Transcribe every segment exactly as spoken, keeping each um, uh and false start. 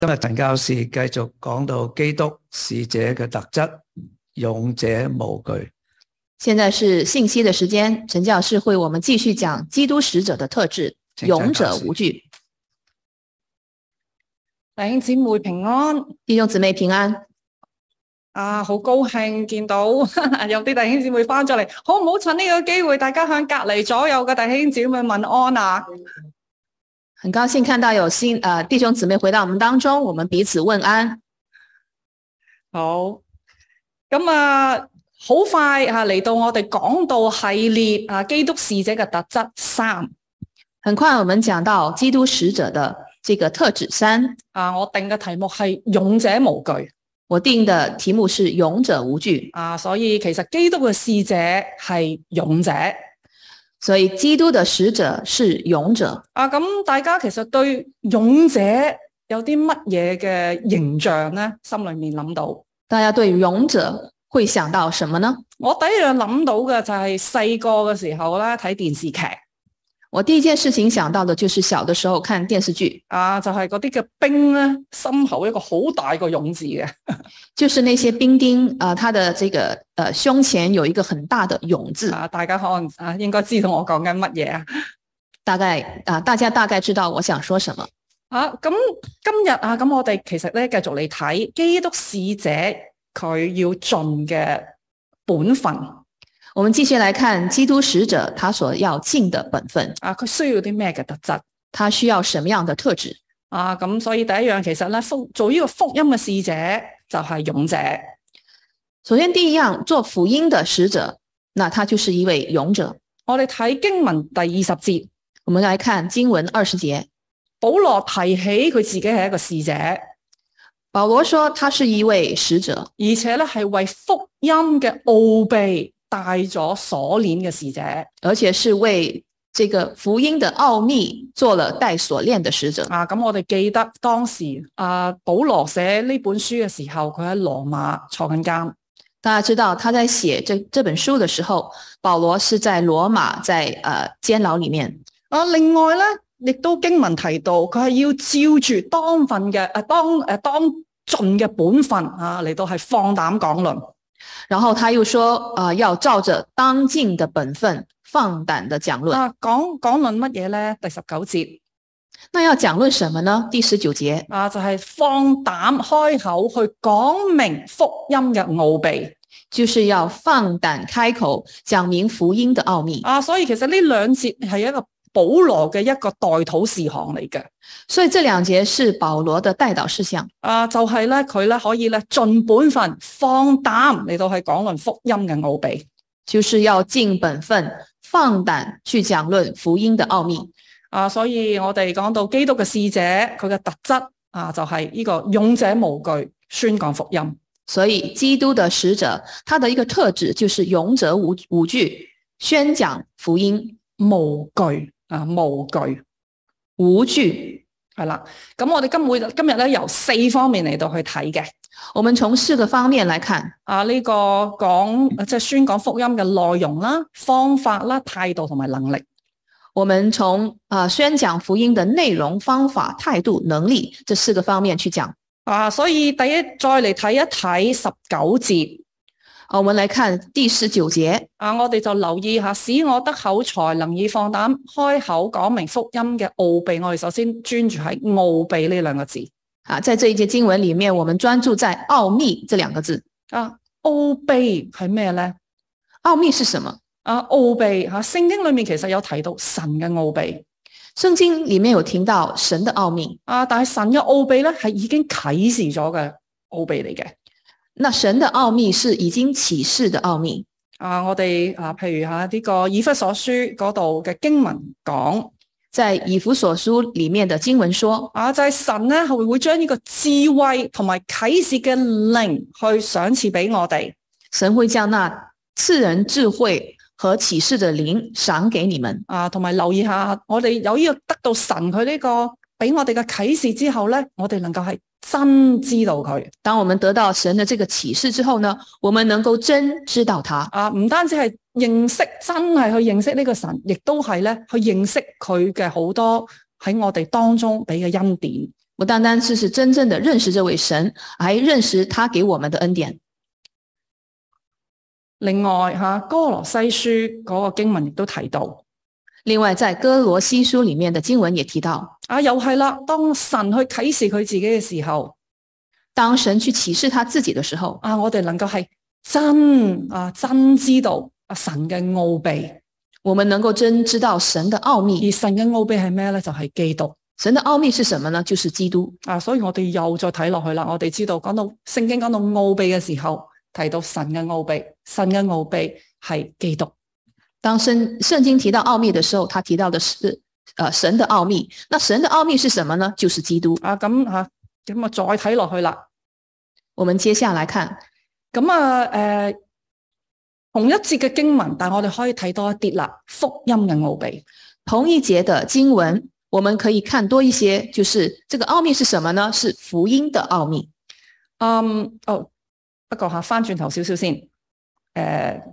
今日陳教士繼續講到基督使者嘅特質，勇者無懼。 現在是信息的時間，陳教士為我們繼續講基督使者的特質，勇者無懼。 弟兄姊妹平安， 弟兄姊妹平安。 啊，好高興見到有啲弟兄姊妹翻咗嚟，好唔好趁呢個機會，大家向隔籬左右嘅弟兄姊妹問安啊？ 很高興看到有新呃弟兄姊妹回到我們當中，我們彼此問安。 好，咁啊，好快啊嚟到我哋講道系列啊，基督使者嘅特質三。 很快我們講到基督使者的這個特質三。 啊，我定嘅題目係勇者無懼。 我定的題目是勇者無懼啊，所以其實基督嘅使者係勇者， 所以基督的使者是勇者。 啊，咁大家其實對勇者有啲乜嘢嘅形象呢？心裏面諗到， 大家對勇者會想到什麼呢？ 我第一樣諗到嘅就係細個嘅時候咧，睇電視劇。 我第一件事情想到的就是小的時候看電視劇啊，就係嗰啲嘅兵咧，心口一個好大個勇字嘅， 就是那些兵丁啊、呃，他的這個呃胸前有一個很大的勇字啊，大家可能啊應該知道我講緊乜嘢啊， 大概啊、呃，大家大概知道我想說什麼啊。咁今日啊，咁我哋其實咧繼續嚟睇基督使者佢要盡嘅本分。 我們繼續來看基督使者他所要盡的本分啊，佢需要啲咩嘅特質？ 他需要什麼樣的特質？ 啊，咁所以第一樣其實咧，福做呢個福音嘅使者就係勇者。 首先第一樣做福音的使者，那他就是一位勇者。 我哋睇經文第二十節， 我們來看經文二十節， 保羅提起佢自己係一個使者。 保羅說他是一位使者， 而且咧係為福音嘅奧秘帶咗鎖鏈嘅使者， 而且是為這個福音的奧秘做了帶鎖鏈的使者。 啊，咁我哋記得當時啊，保羅寫呢本書嘅時候，佢喺羅馬坐緊監。 大家知道他在寫這這本書的時候，保羅是在羅馬在呃監牢裏面。 啊，另外咧，亦都經文提到佢係要照住當份嘅誒、啊、當誒、啊、當盡嘅本分啊嚟到係放膽講論。 然後他又說，呃，要照着當盡的本分，放膽的講論。 啊，講講論乜嘢咧？第十九節， 那要講論什麼呢？第十九節啊，就係、是、放膽開口去講明福音嘅奧秘， 就是要放膽開口講明福音的奧秘。 啊，所以其實呢兩節係一個保羅嘅一個代禱事項嚟嘅， 所以這兩節是保羅的代禱事項。 啊，就係咧佢咧可以咧盡本分放膽嚟到去講論福音嘅奧秘， 就是要盡本分放膽去講論福音的奧秘。 啊，所以我哋講到基督嘅使者佢嘅特質啊，就係、是、呢個勇者無懼宣講福音。 所以基督的使者，他的一個特質就是勇者無無懼宣講福音， 無懼。啊，無懼， 無懼係啦。咁我哋今會今日咧由四方面嚟到去睇嘅。 我們從四個方面來看。 啊，呢、這個講即係宣講福音嘅內容啦、方法啦、態度同埋能力。 我們從啊宣講福音的內容、方法、態度、能力這四個方面去講。 啊，所以第一再嚟睇一睇十九節。 我們來看第十九節啊，我哋就留意下，使我得口才，能以放膽開口講明福音嘅奧秘。我哋首先專注喺奧秘呢兩個字。 啊，在這一節經文裏面，我們專注在奧秘這兩個字。 啊，奧秘係咩咧？ 奧秘是什麼？ 啊，奧秘吓，聖經裏面其實有提到神嘅奧秘。 聖經裏面有提到神的奧秘。 啊，但係神嘅奧秘咧係已經啟示咗嘅奧秘嚟嘅。 那神的奧秘是已經啟示的奧秘啊！我哋啊，譬如吓呢個以弗所書嗰度嘅經文講， 在以弗所書裏面的經文說， 啊就係、是、神咧係會將呢個智慧同埋啟示嘅靈去賞賜俾我哋， 神會將那賜人智慧和啟示的靈賞給你們。 啊，同埋留意下，我哋有呢個得到神佢呢個俾我哋嘅啟示之後咧，我哋能夠係真知道佢。 當我們得到神的這個啟示之後呢，我們能夠真知道他。 啊，唔單止係認識，真係去認識呢個神，亦都係咧去認識佢嘅好多喺我哋當中俾嘅恩典。 不單單是是真正的認識這位神，還認識他給我們的恩典。 另外吓，哥羅西書嗰個經文亦都提到。 另外，在哥羅西書裡面的經文也提到， 啊，又係啦，當神去啟示佢自己嘅時候， 當神去啟示他自己的時候， 啊，我哋能夠係真啊真知道啊神嘅奧秘， 我們能夠真知道神的奧秘。 而神嘅奧秘係咩咧？就係、是、基督。 神的奧秘是什麼呢？就是基督。 啊，所以我哋又再睇落去啦。我哋知道講到聖經講到奧秘嘅時候，提到神嘅奧秘，神嘅奧秘係基督。 當聖聖經提到奧秘的時候，他提到的是，呃，神的奧秘。那神的奧秘是什麼呢？就是基督。 啊，咁吓，咁啊，再睇落去啦。 我們接下來看， 咁啊，誒、呃，同一節嘅經文，但我哋可以睇多一啲啦。福音嘅奧秘， 同一節的經文，我們可以看多一些，就是這個奧秘是什麼呢？是福音的奧秘。 嗯，哦，不過吓，翻轉頭少少先，誒、呃。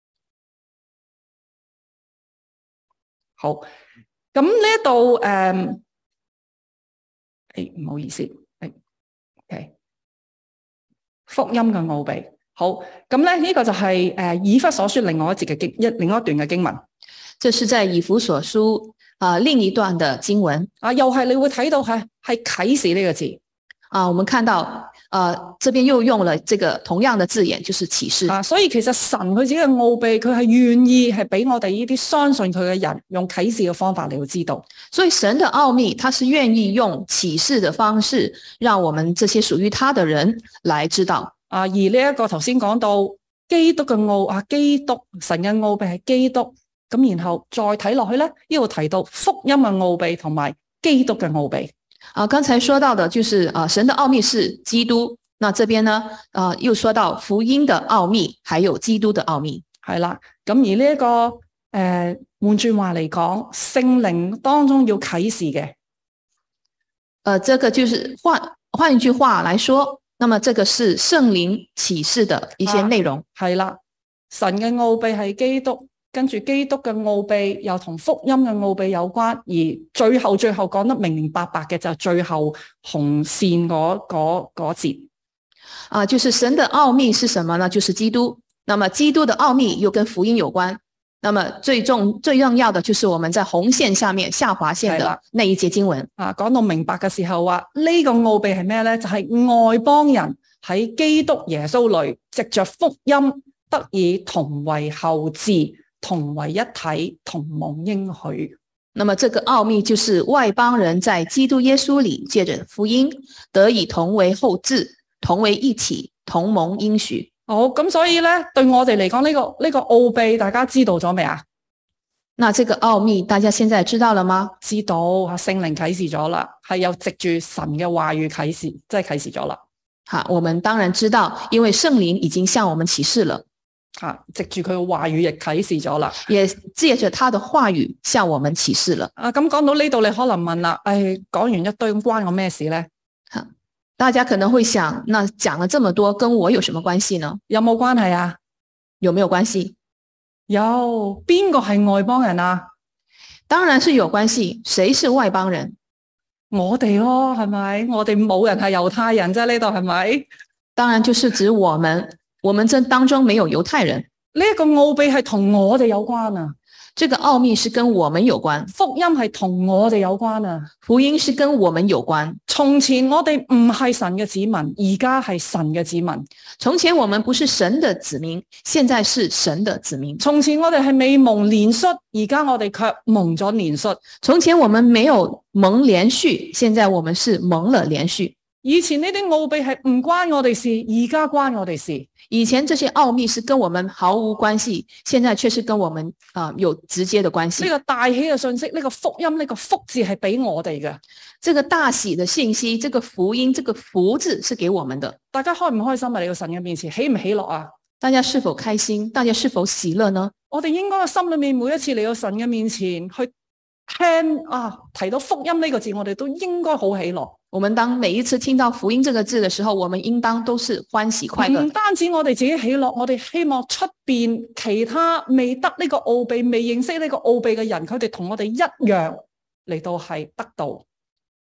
好，咁呢一度誒，誒、嗯、唔、哎、好意思，誒、哎、，OK， 福音嘅奧秘，好，咁咧呢個就係、是、誒、呃、以弗所書另外一節嘅經一另外一段嘅經文， 這是在以弗所書啊、呃、另一段嘅經文啊，又係你會睇到係係啟示呢個字啊，我們看到。呃，這邊又用了這個同樣的字眼，就是啟示啊。所以其實神佢自己嘅奧秘，佢係願意係俾我哋呢啲相信佢嘅人用啟示嘅方法嚟到知道。 所以神的奧秘，他是願意用啟示的方式，讓我們這些屬於他的人來知道。 啊，而呢一個頭先講到基督嘅奧啊，基督神嘅奧秘係基督，咁然後再睇落去咧，呢度提到福音嘅奧秘同埋基督嘅奧秘。 啊，剛才說到的就是啊，神的奧秘是基督。那這邊呢，啊，又說到福音的奧秘，還有基督的奧秘， 係啦。咁而呢、這、一個誒，換轉話嚟講，聖靈當中要啟示嘅，誒、 呃，這個就是換換一句話來說，那麼這個是聖靈啟示的一些內容。 係、啊、啦，神嘅奧秘係基督。跟住基督嘅奧秘又同福音嘅奧秘有關，而最後最後講得明明白白嘅就係最後紅線嗰嗰嗰節啊，就是神的奧秘是什麼呢？就是基督。那麼基督的奧秘又跟福音有關。那麼最重最重要的就是我們在紅線下面下劃線的那一節經文啊，講到明白嘅時候話呢個奧秘係咩咧？就係、是、外邦人喺基督耶穌裏藉着福音得以同為後嗣。同為一體，同蒙應許。 那麼這個奧秘就是外邦人在基督耶穌裏借着福音得以同為後嗣，同為一體，同蒙應許。 好，咁所以咧，對我哋嚟講呢個呢、這個奧秘，大家知道咗未啊？ 那這個奧秘大家現在知道了嗎？ 知道，聖靈啟示咗啦，係有藉住神嘅話語啟示，即係啟示咗啦。 好，我們當然知道，因為聖靈已經向我們啟示了。 啊，藉住佢嘅話語亦啟示咗啦， 也借着他的話語向我們啟示了。 啊，咁講到呢度，你可能問啦，誒、哎，講完一堆關我咩事咧？ 好，大家可能會想，那講了這麼多，跟我有什麼關係呢？ 有冇關係啊？ 有沒有關係？ 有，邊個係外邦人啊？ 當然是有關係，誰是外邦人？ 我哋咯，係咪？我哋冇人係猶太人啫，呢度係咪？ 當然就是指我們。我們這當中沒有猶太人， 呢、這、一個奧秘係同我哋有關啊！ 這個奧秘是跟我們有關， 福音係同我哋有關啊！ 福音是跟我們有關。 從前我哋唔係神嘅子民，而家係神嘅子民。 從前我們不是神的子民，現在是神的子民。 從前我哋係未蒙憐恤，而家我哋卻蒙咗憐恤。 從前我們沒有蒙憐恤，現在我們是蒙了憐恤。 以前呢啲奧秘係唔關我哋事，而家關我哋事。 以前這些奧秘是跟我們毫無關係，現在卻是跟我們啊、呃、有直接的關係。 呢、這個大喜嘅信息，呢、這個福音，呢、這個福字係俾我哋嘅。 這個大喜的信息，這個福音，這個福字是給我們的。 大家開唔開心啊？嚟到神嘅面前，喜唔喜樂啊？ 大家是否開心？大家是否喜樂呢？ 我哋應該心裏面每一次嚟到神嘅面前去聽啊，提到福音呢個字，我哋都應該好喜樂。 我們當每一次聽到福音這個字的時候，我們應當都是歡喜快樂。 唔單止我哋自己喜樂，我哋希望出邊其他未得呢個奧秘、未認識呢個奧秘嘅人，佢哋同我哋一樣嚟到係得到。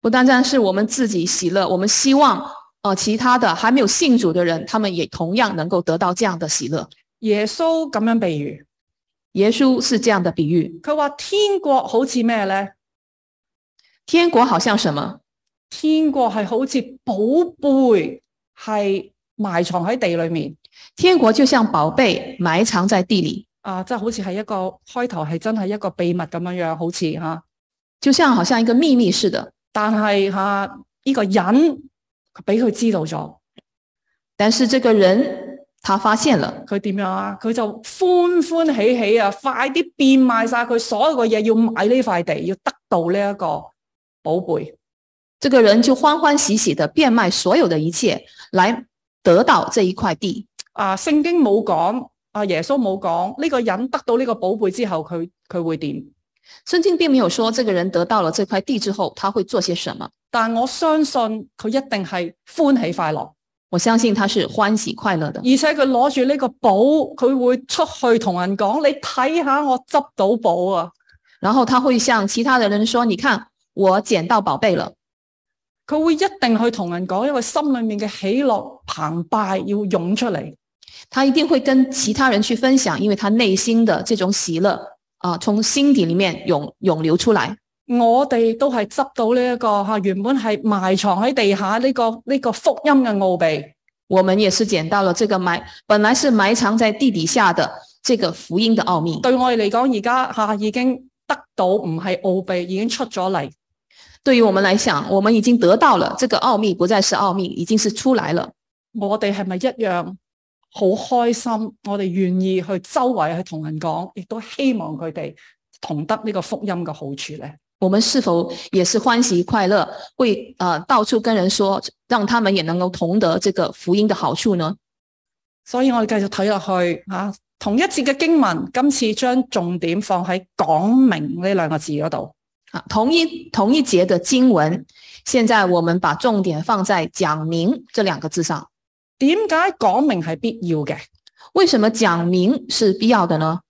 不單單是我們自己喜樂，我們希望呃其他的還沒有信主的人，他們也同樣能夠得到這樣的喜樂。 耶穌咁樣比喻， 耶穌是這樣的比喻， 佢話天國好似咩咧？ 天國好像什麼？ 天國係好似寶貝係埋藏喺地裏面， 天國就像寶貝埋藏在地裏啊，即係好似係一個開頭係真係一個秘密咁樣樣，好似吓， 就像好像一個秘密似的。 但係吓呢個人俾佢知道咗， 但是這個人他發現了， 佢點樣啊？佢就歡歡喜喜啊，快啲變賣晒佢所有嘅嘢，要買呢塊地，要得到呢一個寶貝。 這個人就歡歡喜喜的變賣所有的一切，來得到這一塊地。 啊，聖經冇講，啊耶穌冇講呢個人得到呢個寶貝之後，佢佢會點？ 聖經並沒有說這個人得到了這塊地之後他會做些什麼， 但我相信佢一定係歡喜快樂。 我相信他是歡喜快樂的， 而且佢攞住呢個寶，佢會出去同人講：你睇下我執到寶啊！ 然後他會向其他的人說：你看我撿到寶貝了。 佢會一定去同人講，因為心裏面嘅喜樂澎湃要湧出嚟。 他一定會跟其他人去分享，因為他內心的這種喜樂啊，從心底裏面湧湧流出來。 我哋都係執到呢、這、一個吓，原本係埋藏喺地下呢、這個呢、這個福音嘅奧秘。 我們也是撿到了這個埋，本來是埋藏在地底下的這個福音的奧秘。 對我哋嚟講，而家吓已經得到唔係奧秘，已經出咗嚟。 對於我們來講，我們已經得到了這個奧秘，不再是奧秘，已經是出來了。 我哋係咪一樣好開心？我哋願意去周圍去同人講，亦都希望佢哋同得呢個福音嘅好處咧。 我們是否也是歡喜快樂，會呃到處跟人說，讓他們也能夠同得這個福音的好處呢？ 所以我哋繼續睇落去吓、啊，同一節嘅經文，今次將重點放喺講明呢兩個字嗰度。 啊，同一同一節的經文，現在我們把重點放在講明這兩個字上。 點解講明係必要嘅？ 為什麼講明是必要的呢？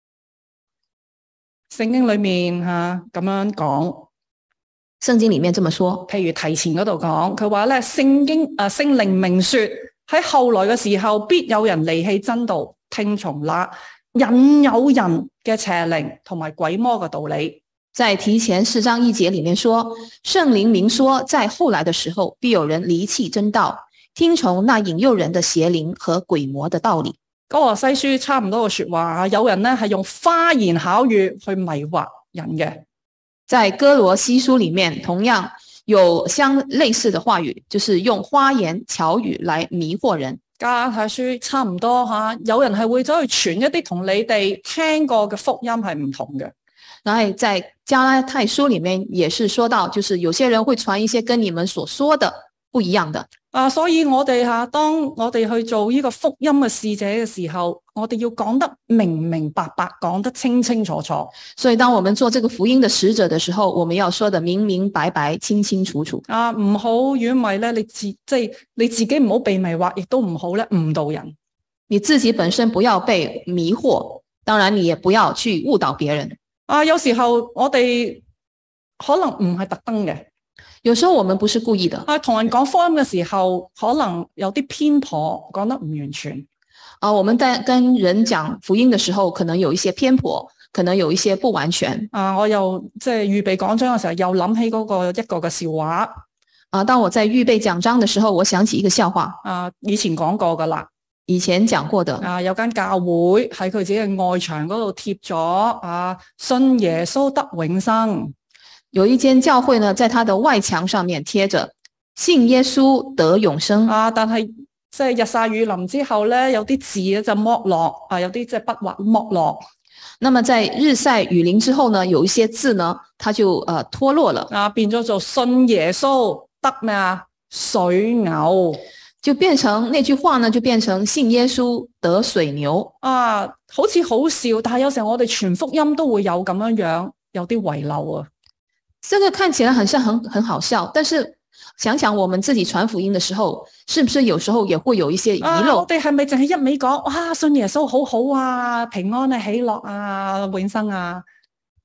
聖經裏面吓咁樣講， 聖經裏面這麼說， 譬如提前嗰度講，佢話咧聖經誒聖靈明說喺後來嘅時候，必有人離棄真道，聽從那引誘人嘅邪靈同埋鬼魔嘅道理。 在提前四章一節裏面說，聖靈明說，在後來的時候，必有人離棄真道，聽從那引誘人的邪靈和鬼魔的道理。 歌羅西書差唔多嘅說話，有人咧係用花言巧語去迷惑人嘅。 在歌羅西書裏面，同樣有相類似的話語，就是用花言巧語來迷惑人。 加拉太書差唔多吓，有人係會走去傳一啲同你哋聽過嘅福音係唔同嘅。 然後在加拉太書裏面也是說到，就是有些人會傳一些跟你們所說的不一樣的。 啊，所以我哋吓，當我哋去做呢個福音嘅使者嘅時候，我哋要講得明明白白，講得清清楚楚。 所以當我們做這個福音的使者的時候，我們要說得明明白白、清清楚楚。 啊，唔好因為咧，你自即係你自己唔好被迷惑，亦都唔好咧誤導人。 你自己本身不要被迷惑，當然你也不要去誤導別人。 啊，有時候我哋可能唔係特登嘅， 有時候我們不是故意的。 啊，同人講福音嘅時候，可能有啲偏頗，講得唔完全。 啊，我們在跟人講福音的時候，可能有一些偏頗，可能有一些不完全。 啊，我又即係預備講章嘅時候，又諗起嗰個一個嘅笑話。 啊，當我在預備講章的時候，我想起一個笑話。 啊，以前講過噶啦。 以前講過的啊，有間教會喺佢自己嘅外牆嗰度貼咗啊，信耶穌得永生。 有一間教會呢，在它的外牆上面貼着信耶穌得永生。 啊，但係即係日曬雨淋之後咧，有啲字咧就剝落啊，有啲即係筆畫剝落。 那麼在日曬雨淋之後呢，有一些字呢，它就呃脫落了啊，變咗做信耶穌得咩啊？水牛。 就變成那句話呢，就變成信耶穌得水牛啊，好似好笑，但係有時候我哋傳福音都會有咁樣樣，有啲遺漏啊。 這個看起來很像很很好笑，但是想想我們自己傳福音的時候，是不是有時候也會有一些遺漏？ 啊、我哋係咪淨係一味講哇，信耶穌好好啊，平安啊，喜樂啊，永生啊？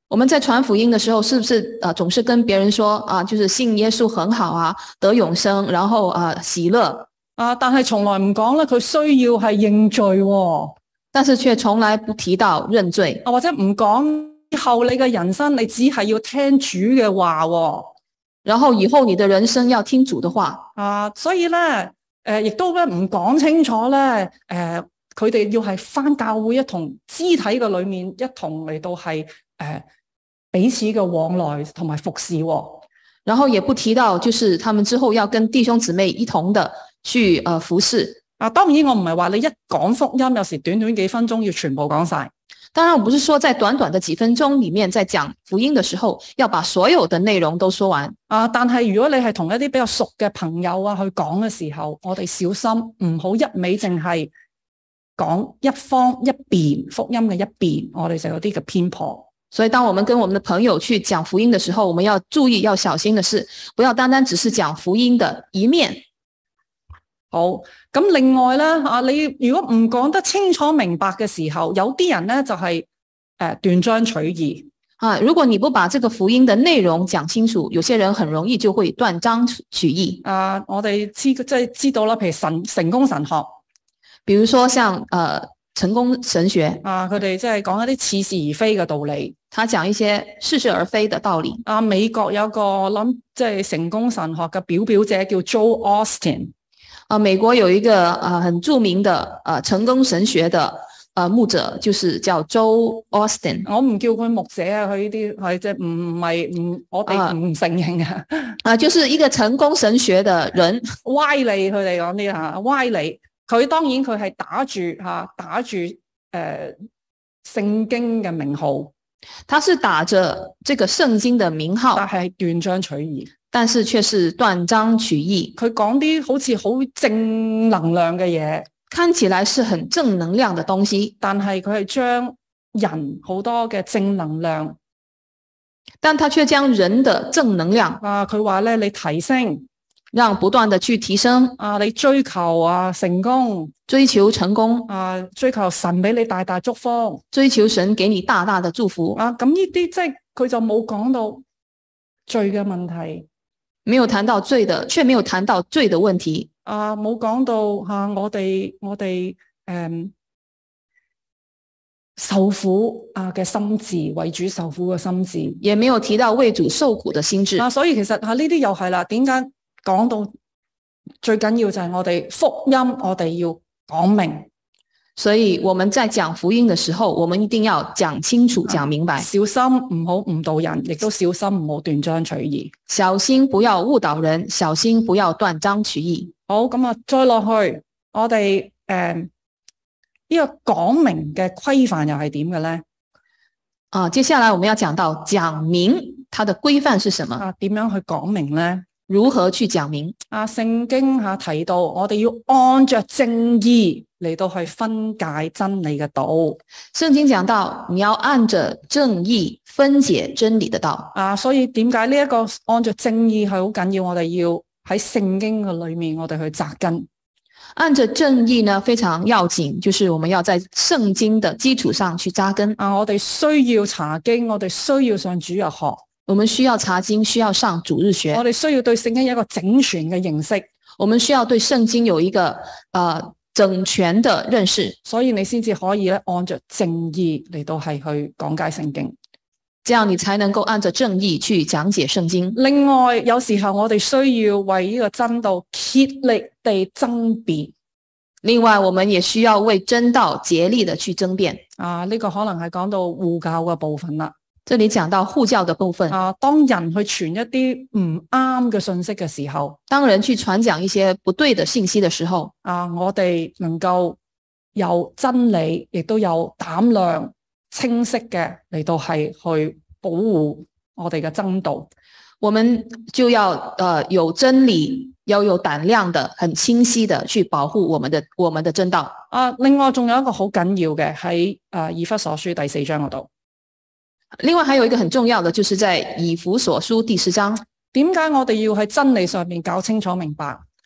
我們在傳福音的時候，是不是呃總是跟別人說啊，就是信耶穌很好啊，得永生，然後啊喜樂啊？但係從來唔講咧，佢需要係認罪、哦， 但是卻從來不提到認罪， 啊或者唔講以後你嘅人生，你只係要聽主嘅話、哦， 然後以後你的人生要聽主的話啊。所以咧，誒、呃、亦都咧唔講清楚咧，誒、呃。佢哋要係返教會一同肢體嘅裏面一同嚟到係誒、呃、彼此嘅往來同埋服侍、哦， 然後也不提到就是他們之後要跟弟兄姊妹一同的去誒、呃、服侍。 啊，當然我唔係話你一講福音有時短短幾分鐘要全部講晒。 當然我不是說在短短的幾分鐘裡面在講福音的時候要把所有的內容都說完。 啊，但係如果你係同一啲比較熟嘅朋友啊去講嘅時候，我哋小心唔好一味淨係講一方一邊福音嘅一邊，我哋就有啲嘅偏頗。 所以當我們跟我們的朋友去講福音的時候，我們要注意要小心的是，不要單單只是講福音的一面。 好，咁另外咧啊，你如果唔講得清楚明白嘅時候，有啲人咧就係誒斷章取義啊。如果你不把這個福音的內容講清楚，有些人很容易就會斷章取義。 啊，我哋知即係知道啦，譬如神成功神學。 比如說像呃成功神學啊，佢哋即係講一啲似是而非嘅道理， 他講一些似是而非的道理。 啊，美國有個我諗即係成功神學嘅表表者叫 Joel Austin。 啊，美國有一個呃很著名的呃成功神學的呃牧者，就是叫 Joel Austin。 我唔叫佢牧者啊，佢呢啲係即係唔係唔我哋唔承認啊。 啊，就是一個成功神學的人， 歪理佢哋講啲吓歪理。佢當然佢係打住吓打住誒聖經嘅名號， 他是打着這個聖經的名號， 但係斷章取義， 但是卻是斷章取義。 佢講啲好似好正能量嘅嘢， 看起來是很正能量的東西， 但係佢係將人好多嘅正能量， 但他卻將人的正能量啊，佢話咧你提升。 讓不斷的去提升啊！你追求啊成功， 追求成功啊！追求神俾你大大祝福， 追求神給你大大的祝福啊！咁呢啲即係佢就冇講到罪嘅問題， 沒有談到罪的，卻沒有談到罪的問題啊！冇講到吓、啊、我哋我哋誒、嗯、受苦啊嘅心志，為主受苦嘅心志， 也沒有提到為主受苦的心志啊！所以其實吓呢啲又係啦，點解？講到最緊要就係我哋福音，我哋要講明。 所以我們在講福音的時候，我們一定要講清楚、講明白， 小心唔好誤導人，亦都小心唔好斷章取義。 小心不要誤導人，小心不要斷章取義。 好，咁啊，再落去，我哋誒呢個講明嘅規範又係點嘅咧？ 啊，接下來我們要講到講明它的規範是什麼？ 啊，點樣去講明咧？ 如何去講明？ 啊，聖經吓提到，我哋要按着正義嚟到去分解真理嘅道。 聖經講到，你要按着正義分解真理的道。 啊，所以點解呢一個按着正義係好緊要？我哋要喺聖經嘅裏面，我哋去扎根。 按着正義呢，非常要緊，就是我們要在聖經的基礎上去扎根。 啊，我哋需要查經，我哋需要上主日學。 我們需要查經，需要上主日學。 我哋需要對聖經有一個整全嘅認識。 我們需要對聖經有一個呃整全的認識， 所以你先至可以咧按着正義嚟到係去講解聖經， 這樣你才能夠按着正義去講解聖經。 另外，有時候我哋需要為呢個真道竭力地爭辯。 另外，我們也需要為真道竭力的去爭辯。 啊，呢、這個可能係講到護教嘅部分啦。 這裏講到護教的部分啊，當人去傳一啲唔啱嘅信息嘅時候， 當人去傳講一些不對的信息的時候， 啊，我哋能夠有真理，亦都有膽量清晰嘅嚟到係去保護我哋嘅真道。 我們就要呃有真理，要有膽量的，很清晰的去保護我們的我們的真道。 啊，另外仲有一個好緊要嘅喺誒以弗所書第四章嗰度。 另外還有一個很重要的，就是在以弗所書第十章。 點解我哋要喺真理上面搞清楚明白？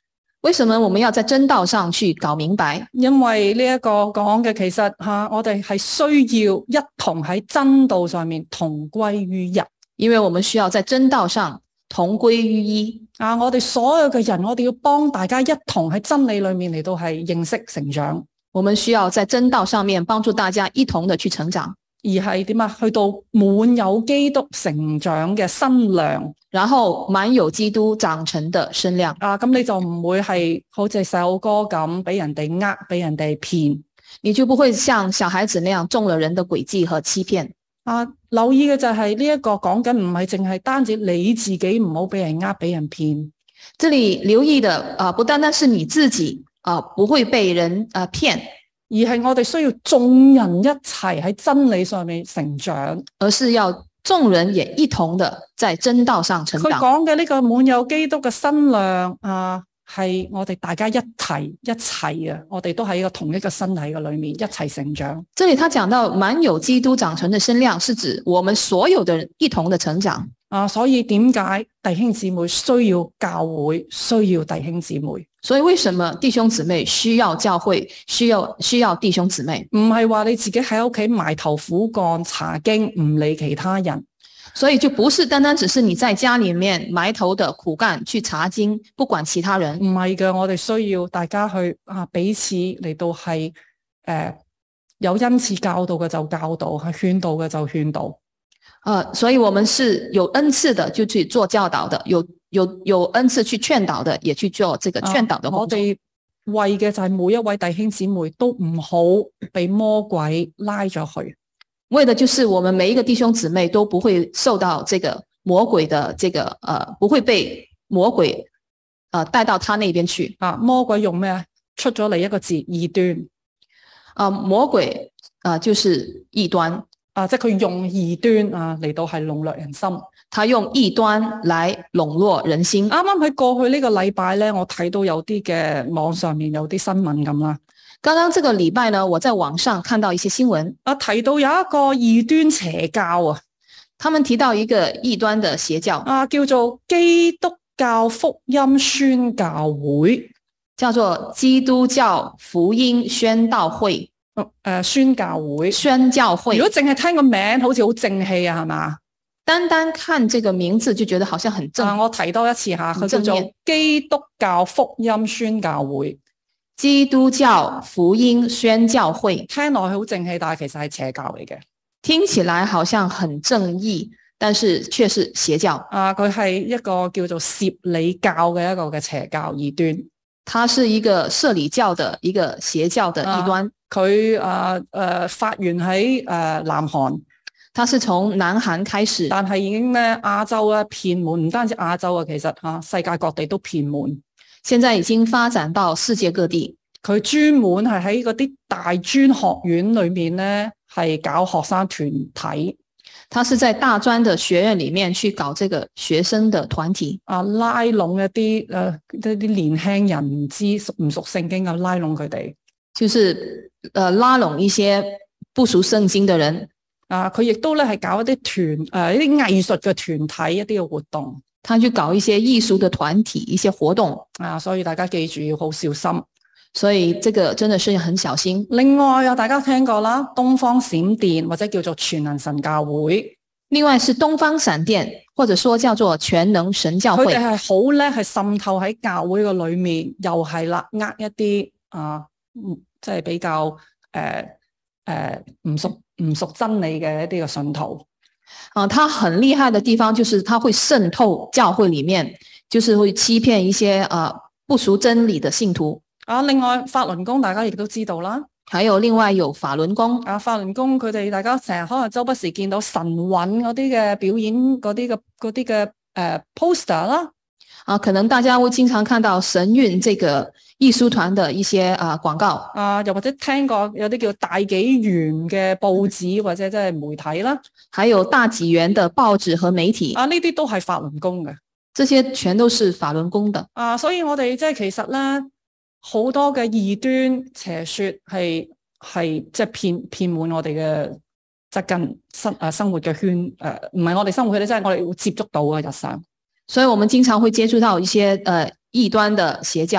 為什麼我們要在真道上去搞明白？ 因為呢一個講嘅其實吓、啊，我哋係需要一同喺真道上面同歸於一。 因為我們需要在真道上同歸於一。 啊，我哋所有嘅人，我哋要幫大家一同喺真理裏面嚟到係認識成長。 我們需要在真道上面幫助大家一同的去成長， 而係點啊？去到滿有基督成長嘅身量， 然後滿有基督長成的身量。 啊，咁你就唔會係好似細路哥咁俾人哋呃，俾人哋騙， 你就不會像小孩子那樣中了人的詭計和欺騙。 啊，留意嘅就係呢一個講緊唔係淨係單止你自己唔好俾人呃，俾人騙。 這裏留意的啊、呃，不單單是你自己啊、呃，不會被人啊、呃、騙， 而係我哋需要眾人一齊喺真理上面成長， 而是要眾人也一同的在真道上成長。 佢講嘅呢個滿有基督嘅身量啊，係我哋大家一齊一齊啊，我哋都喺一個同一個身體嘅裏面一齊成長。 這裏他講到滿有基督長成的身量，是指我們所有的人一同的成長啊。所以點解弟兄姊妹需要教會，需要弟兄姊妹？ 所以為什麼弟兄姊妹需要教會，需要需要弟兄姊妹？ 唔係話你自己喺屋企埋頭苦幹查經，唔理其他人。 所以就不是單單只是你在家裏面埋頭的苦幹去查經，不管其他人。 唔係嘅，我哋需要大家去啊彼此嚟到係誒、呃、有恩賜教導嘅就教導，係勸導嘅就勸導。 呃，所以我們是有恩賜的就去做教導的，有有有恩賜去勸導的，也去做這個勸導的工作。 啊、我哋為嘅就係每一位弟兄姊妹都唔好被魔鬼拉咗去。 為的就是我們每一個弟兄姊妹都不會受到這個魔鬼的這個呃，不會被魔鬼呃帶到他那邊去啊。魔鬼用咩啊？出咗嚟一個字，異端。 啊，魔鬼啊、呃，就是異端啊，即係佢用異端啊嚟到係籠絡人心。 他用異端來籠絡人心。 啱啱喺過去呢個禮拜咧，我睇到有啲嘅網上面有啲新聞咁啦。 剛剛這個禮拜呢，我在網上看到一些新聞， 啊，提到有一個異端邪教啊， 他們提到一個異端的邪教啊，叫做基督教福音宣教會， 叫做基督教福音宣道會， 誒、呃，宣教會， 宣教會。 如果淨係聽個名，好似好正氣啊，係嘛？ 單單看這個名字就覺得好像很正。 啊，我提多一次下，佢叫做基督教福音宣教會。 基督教福音宣教會， 聽落去好正氣，但係其實係邪教嚟嘅。 聽起來好像很正義，但是卻是邪教。 啊，佢係一個叫做攝理教嘅一個嘅邪教異端。 它是一個攝理教的一個邪教的異端。 佢啊誒、呃、發源喺誒、呃、南韓， 它是從南韓開始， 但係已經咧亞洲啊遍滿，唔單止亞洲啊，其實嚇、啊、世界各地都遍滿。 現在已經發展到世界各地。 佢專門係喺嗰啲大專學院裏面咧，係搞學生團體。 他是在大專的學院裏面去搞這個學生的團體， 啊，拉攏一啲誒一啲年輕人唔知熟唔熟聖經啊，拉攏佢哋， 就是誒、呃、拉攏一些不熟聖經的人。 啊，佢亦都咧係搞一啲團誒一啲藝術嘅團體一啲嘅活動。 他去搞一些藝術的團體，一些活動啊，所以大家記住要好小心。 所以這個真的是很小心。 另外有大家聽過啦，東方閃電或者叫做全能神教會。 另外是東方閃電，或者說叫做全能神教會。 佢哋係好叻，係滲透喺教會嘅裏面，又係啦，呃一啲啊，即係比較誒誒唔熟唔熟真理嘅一啲嘅信徒。 啊，他很厲害的地方就是他會滲透教會裏面，就是會欺騙一些啊不熟真理的信徒。 啊，另外法輪功大家亦都知道啦， 還有另外有法輪功。 啊，法輪功佢哋大家成日可能周不時見到神韻嗰啲嘅表演嗰啲嘅嗰啲嘅誒 poster 啦。 啊，可能大家會經常看到神韻這個藝術團的一些啊廣告。 啊，又或者聽過有啲叫大紀元嘅報紙或者即係媒體啦。 還有大紀元的報紙和媒體。 啊，呢啲都係法輪功嘅。 這些全都是法輪功的。 啊，所以我哋即係其實咧，好多嘅異端邪說係係即係騙騙滿我哋嘅即近生誒生活嘅圈誒，唔係我哋生活嘅，即係我哋會接觸到嘅日常。 所以我們經常會接觸到一些誒異端的邪教。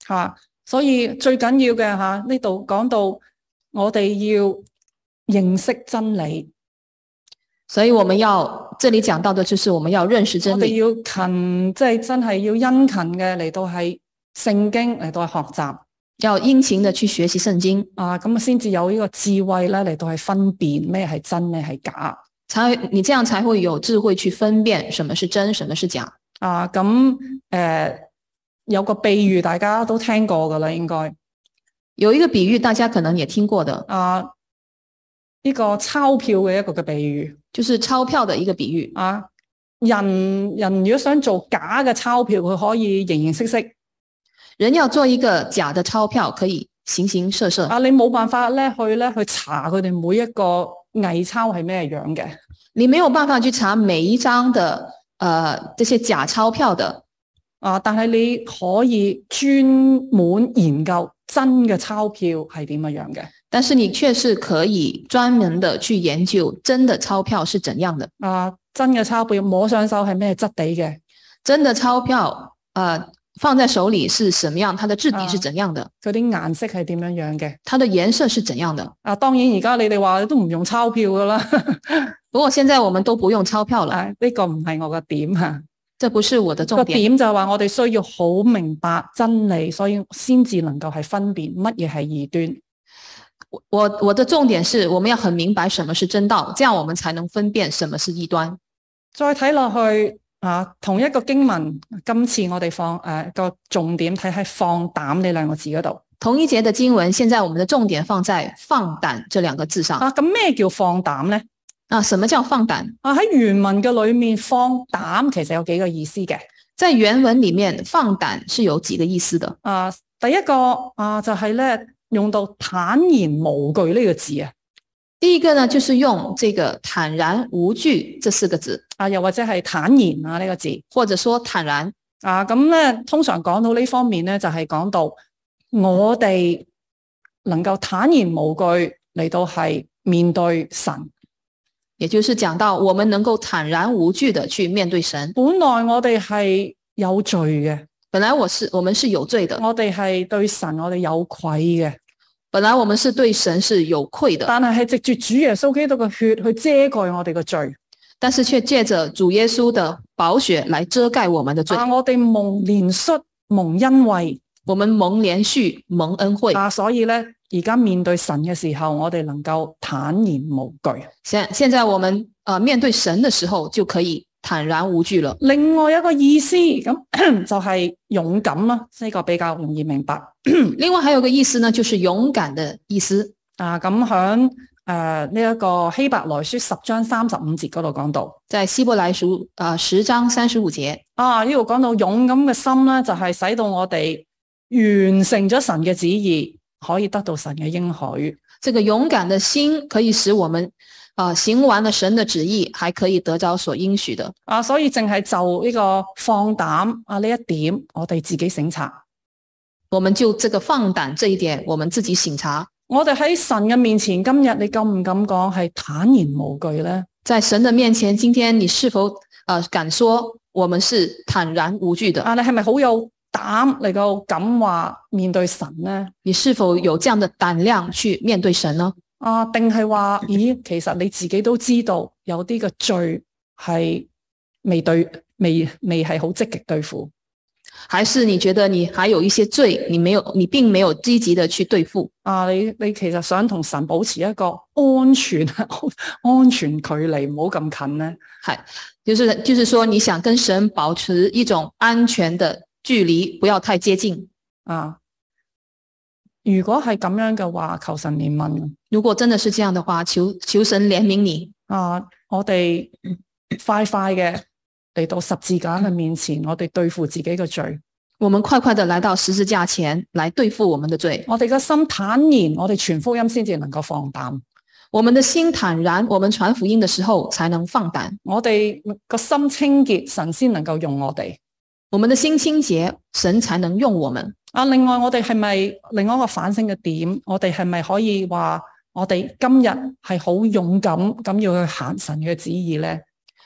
吓，所以最緊要嘅吓呢度講到我哋要認識真理， 所以我們要這裏講到的就是我們要認識我真理， 哋要勤，即係真係要殷勤嘅嚟到係聖經嚟到係學習要殷勤的去學習聖經啊，咁啊先至有呢個智慧咧嚟到係分辨咩係真咩係假才你這樣才會有智慧去分辨什麼是真，什麼是假。 啊。咁誒、呃、有個比喻大家都聽過噶啦，應該有一個比喻大家可能也聽過的啊，呢、這個鈔票嘅一個嘅比喻。 就是鈔票的一個比喻啊，人人如果想做假嘅鈔票，佢可以形形色色。 人要做一個假的鈔票，可以形形色色。 啊，你冇辦法咧去咧去查佢哋每一個偽鈔係咩樣嘅。 你沒有辦法去查每一張的，呃，這些假鈔票的。 啊，但係你可以專門研究真嘅鈔票係點樣樣嘅。 但是你卻是可以專門的去研究真的鈔票是怎樣的。 啊，真嘅鈔票摸上手係咩質地嘅？ 真的鈔票，呃，放在手裏是什麼樣？它的質地是怎樣的？ 嗰啲顏色係點樣樣嘅？ 它的顏色是怎樣的？ 啊，當然而家你哋話都唔用鈔票噶啦。 不過現在我們都不用鈔票了。 啊，呢個唔係我個點吓。 這不是我的重個點。 點就係話我哋需要好明白真理，所以先至能夠係分辨乜嘢係異端。 我我的重點是我們要很明白什麼是真道，這樣我們才能分辨什麼是異端。 再睇落去啊，同一個經文，今次我哋放誒個、呃、重點睇喺放膽呢兩個字嗰度。 同一節的經文，現在我們的重點放在放膽這兩個字上。 啊，咁咩叫放膽咧？ 啊，什麼叫放膽？ 啊，喺原文嘅裏面，放膽其實有幾個意思嘅。 在原文裏面，放膽是有幾個意思的。 啊，第一個啊就係、是、咧用到坦然無懼呢個字啊。 第一個呢，就是用這個坦然無懼這四個字啊，又或者係坦然啊呢個字， 或者說坦然啊。咁咧通常講到呢方面咧，就係、是、講到我哋能夠坦然無懼嚟到係面對神。 也就是講到我們能夠坦然無懼的去面對神。 本來我哋係有罪嘅， 本來我是我們是有罪的， 我哋係對神我哋有愧嘅。 本來我們是對神是有愧的， 但係係藉住主耶穌基督嘅血去遮蓋我哋嘅罪， 但是卻借着主耶穌的寶血來遮蓋我們的罪。 啊，我哋蒙憐恤蒙恩惠， 我們蒙憐恤蒙恩惠啊，所以咧。而家面對神嘅時候，我哋能夠坦然無懼。 現現在我們呃面對神的時候，就可以坦然無懼了。 另外一個意思咁就係勇敢啦，呢個比較容易明白。 另外還有個意思呢，就是勇敢的意思。 啊，咁響誒呢一個希伯來書十章三十五節嗰度講到， 在希伯來書啊十章三十五節啊，呢度講到勇敢嘅心咧，就係使到我哋完成咗神嘅旨意。可以得到神嘅應許， 這個勇敢的心可以使我們啊、呃、行完了神的旨意，還可以得着所應許的啊。所以淨係就呢個放膽啊呢一點，我哋自己省察。 我們就這個放膽這一點，我們自己省察。 我哋喺神嘅面前，今日你敢唔敢講係坦然無懼咧？ 在神的面前，今天你是否啊、呃、敢說我們是坦然無懼的？ 啊，你係咪好有膽嚟到敢話面對神呢？ 你是否有這樣的膽量去面對神呢？ 啊，定係話，咦，其實你自己都知道有啲嘅罪係未對，未未係好積極對付， 還是你覺得你還有一些罪，你沒有，你並沒有積極的去對付？ 啊，你你其實想同神保持一個安全安全距離，唔好咁近呢？ 係，就是就是說，你想跟神保持一種安全的距離，不要太接近啊！如果係咁樣嘅話，求神憐憫。 如果真的是這樣的話，求求神憐憫你啊！我哋快快嘅嚟到十字架嘅面前，我哋對付自己嘅罪。 我們快快的來到十字架前來對付我們的罪。 我哋嘅心坦然，我哋傳福音先至能夠放膽。 我們的心坦然，我們傳福音的時候才能放膽。 我哋個心清潔，神先能夠用我哋。 我們的心清潔，神才能用我們。 啊，另外我哋係咪另外一個反省嘅點？我哋係咪可以話我哋今日係好勇敢咁要去行神嘅旨意咧？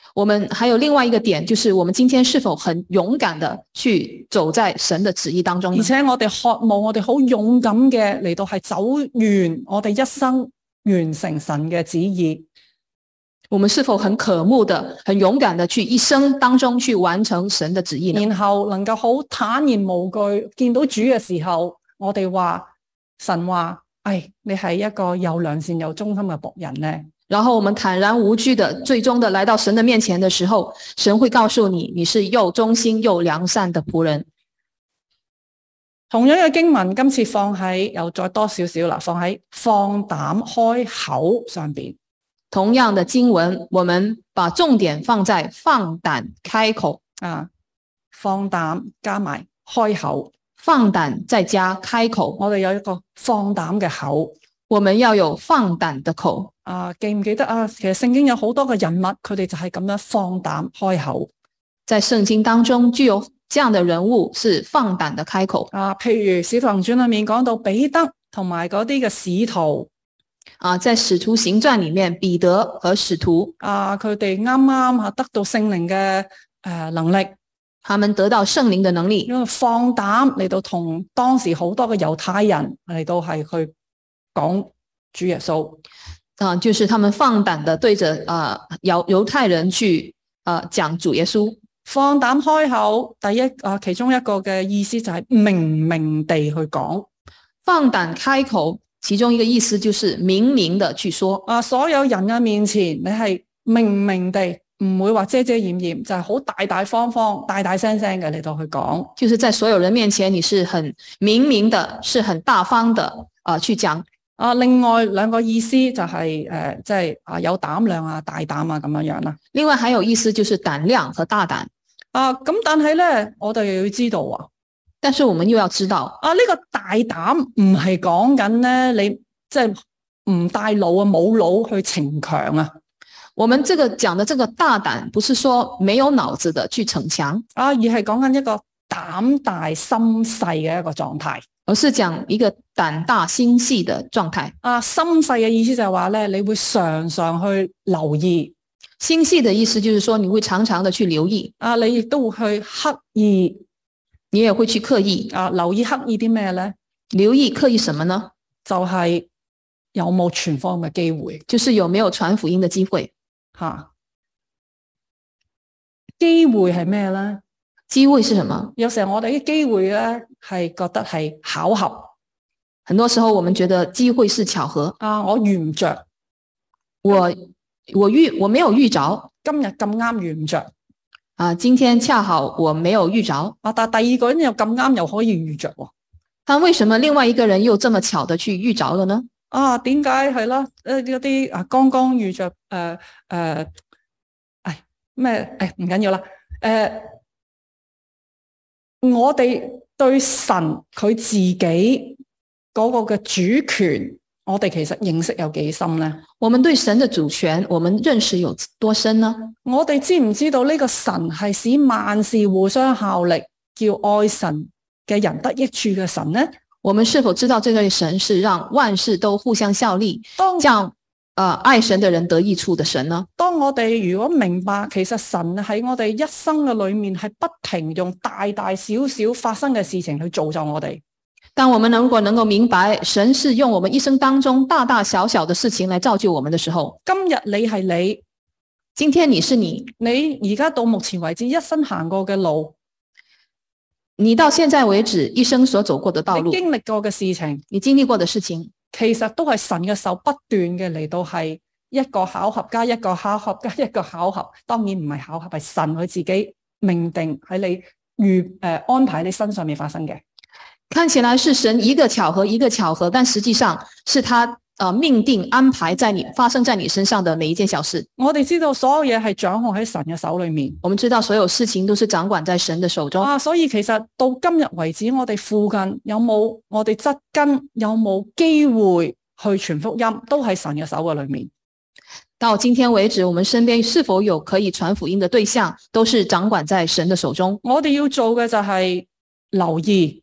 我們還有另外一個點，就是我們今天是否很勇敢的去走在神的旨意當中呢？ 而且我哋渴望我哋好勇敢嘅嚟到係走完我哋一生完成神嘅旨意。 我們是否很渴慕的、很勇敢的去一生當中去完成神的旨意呢？ 然後能夠好坦然無懼見到主嘅時候，我哋話神話，哎，你係一個又良善又忠心嘅僕人呢？ 然後我們坦然無懼的最終的來到神的面前的時候，神會告訴你，你是又忠心又良善的僕人。 同樣嘅經文今次放喺又再多少少啦，放喺放膽開口上邊。 同樣的經文，我們把重點放在放膽開口啊，放膽加埋開口， 放膽再加開口。 我哋有一個放膽嘅口， 我們要有放膽的口。 啊，記唔記得啊？其實聖經有好多嘅人物，佢哋就係咁樣放膽開口。 在聖經當中，就有這樣的人物是放膽的開口啊。譬如《使徒行傳》裏面講到彼得同埋嗰啲嘅使徒。 啊，在使徒行傳裏面，彼得和使徒啊，佢哋啱啱吓得到聖靈嘅誒能力， 他們得到聖靈嘅能力， 因為放膽嚟到同當時好多嘅猶太人嚟到係去講主耶穌。 啊，就是他們放膽的對着啊猶猶太人去啊講主耶穌。 放膽開口，第一啊其中一個嘅意思就係明明地去講。 放膽開口。其中一個意思就是明明的去說啊，所有人嘅面前，你係明明地，唔會話遮遮掩掩，就係、是、好大大方方、大大聲聲嘅嚟到去講。 就是在所有人面前，你是很明明的，是很大方的啊、呃、去講。 啊，另外兩個意思就係、是、誒，即、呃、係、就是、啊有膽量啊、大膽啊咁樣樣啦。 另外還有意思就是膽量和大膽。 啊，咁但係咧，我哋又要知道啊。 但是我們又要知道啊，呢、這個大膽唔係講緊咧，你即係唔帶腦啊，冇腦去逞強啊。 我們這個講的這個大膽，不是說沒有腦子的去逞強啊，而係講緊一個膽大心細嘅一個狀態， 而是講一個膽大心細的狀態。 啊，心細嘅意思就係話咧，你會常常去留意。 心細的意思就是說，你會常常的去留意。 啊，你亦都會去刻意。 你也會去刻意啊，留意刻意啲咩咧？ 留意刻意什麼呢？ 就係、是、有冇傳福音嘅機會， 就是有沒有傳福音嘅機會。 吓、啊，機會係咩咧？ 機會是什麼？ 有時候我哋啲機會咧係覺得係巧合， 很多時候我們覺得機會是巧合。 啊，我遇唔着， 我我遇我沒有遇着， 今日咁啱遇唔着。 啊，今天恰好我沒有遇着啊，但第二個人又咁啱又可以遇着喎。 但為什麼另外一個人又這麼巧的去遇着了呢？ 啊，點解係啦？誒，嗰啲啊，剛剛遇着誒誒，誒、呃，哎咩？誒唔緊要啦。誒、呃，我哋對神佢自己嗰個嘅主權，我哋其實認識有幾深咧？ 我們對神的主權，我們認識有多深呢？ 我哋知唔知道呢個神係使萬事互相效力，叫愛神嘅人得益處嘅神呢？ 我們是否知道這個神是讓萬事都互相效力， 當讓呃愛神的人得益處的神呢？ 當我哋如果明白，其實神喺我哋一生嘅裏面係不停用大大小小發生嘅事情去造就我哋。 當我們如果能夠明白神是用我們一生當中大大小小的事情來造就我們的時候， 今日你係你， 今天你是你， 你而家到目前為止一生行過嘅路， 你到現在為止一生所走過的道路， 你經歷過嘅事情， 你經歷過的事情， 其實都係神嘅手不斷嘅嚟到係一個巧合加一個巧合加一個巧合，當然唔係巧合，係神佢自己命定喺你預誒、呃、安排喺你身上面發生嘅。 看起來是神一個巧合一個巧合，但實際上是他呃命定安排在你發生在你身上的每一件小事。 我哋知道所有嘢係掌控喺神嘅手裏面， 我們知道所有事情都是掌管在神的手中啊，所以其實到今日為止，我哋附近有冇我哋側根有冇機會去傳福音，都喺神嘅手嘅裏面。 到今天為止，我們身邊是否有可以傳福音的對象，都是掌管在神的手中。 我哋要做嘅就係留意。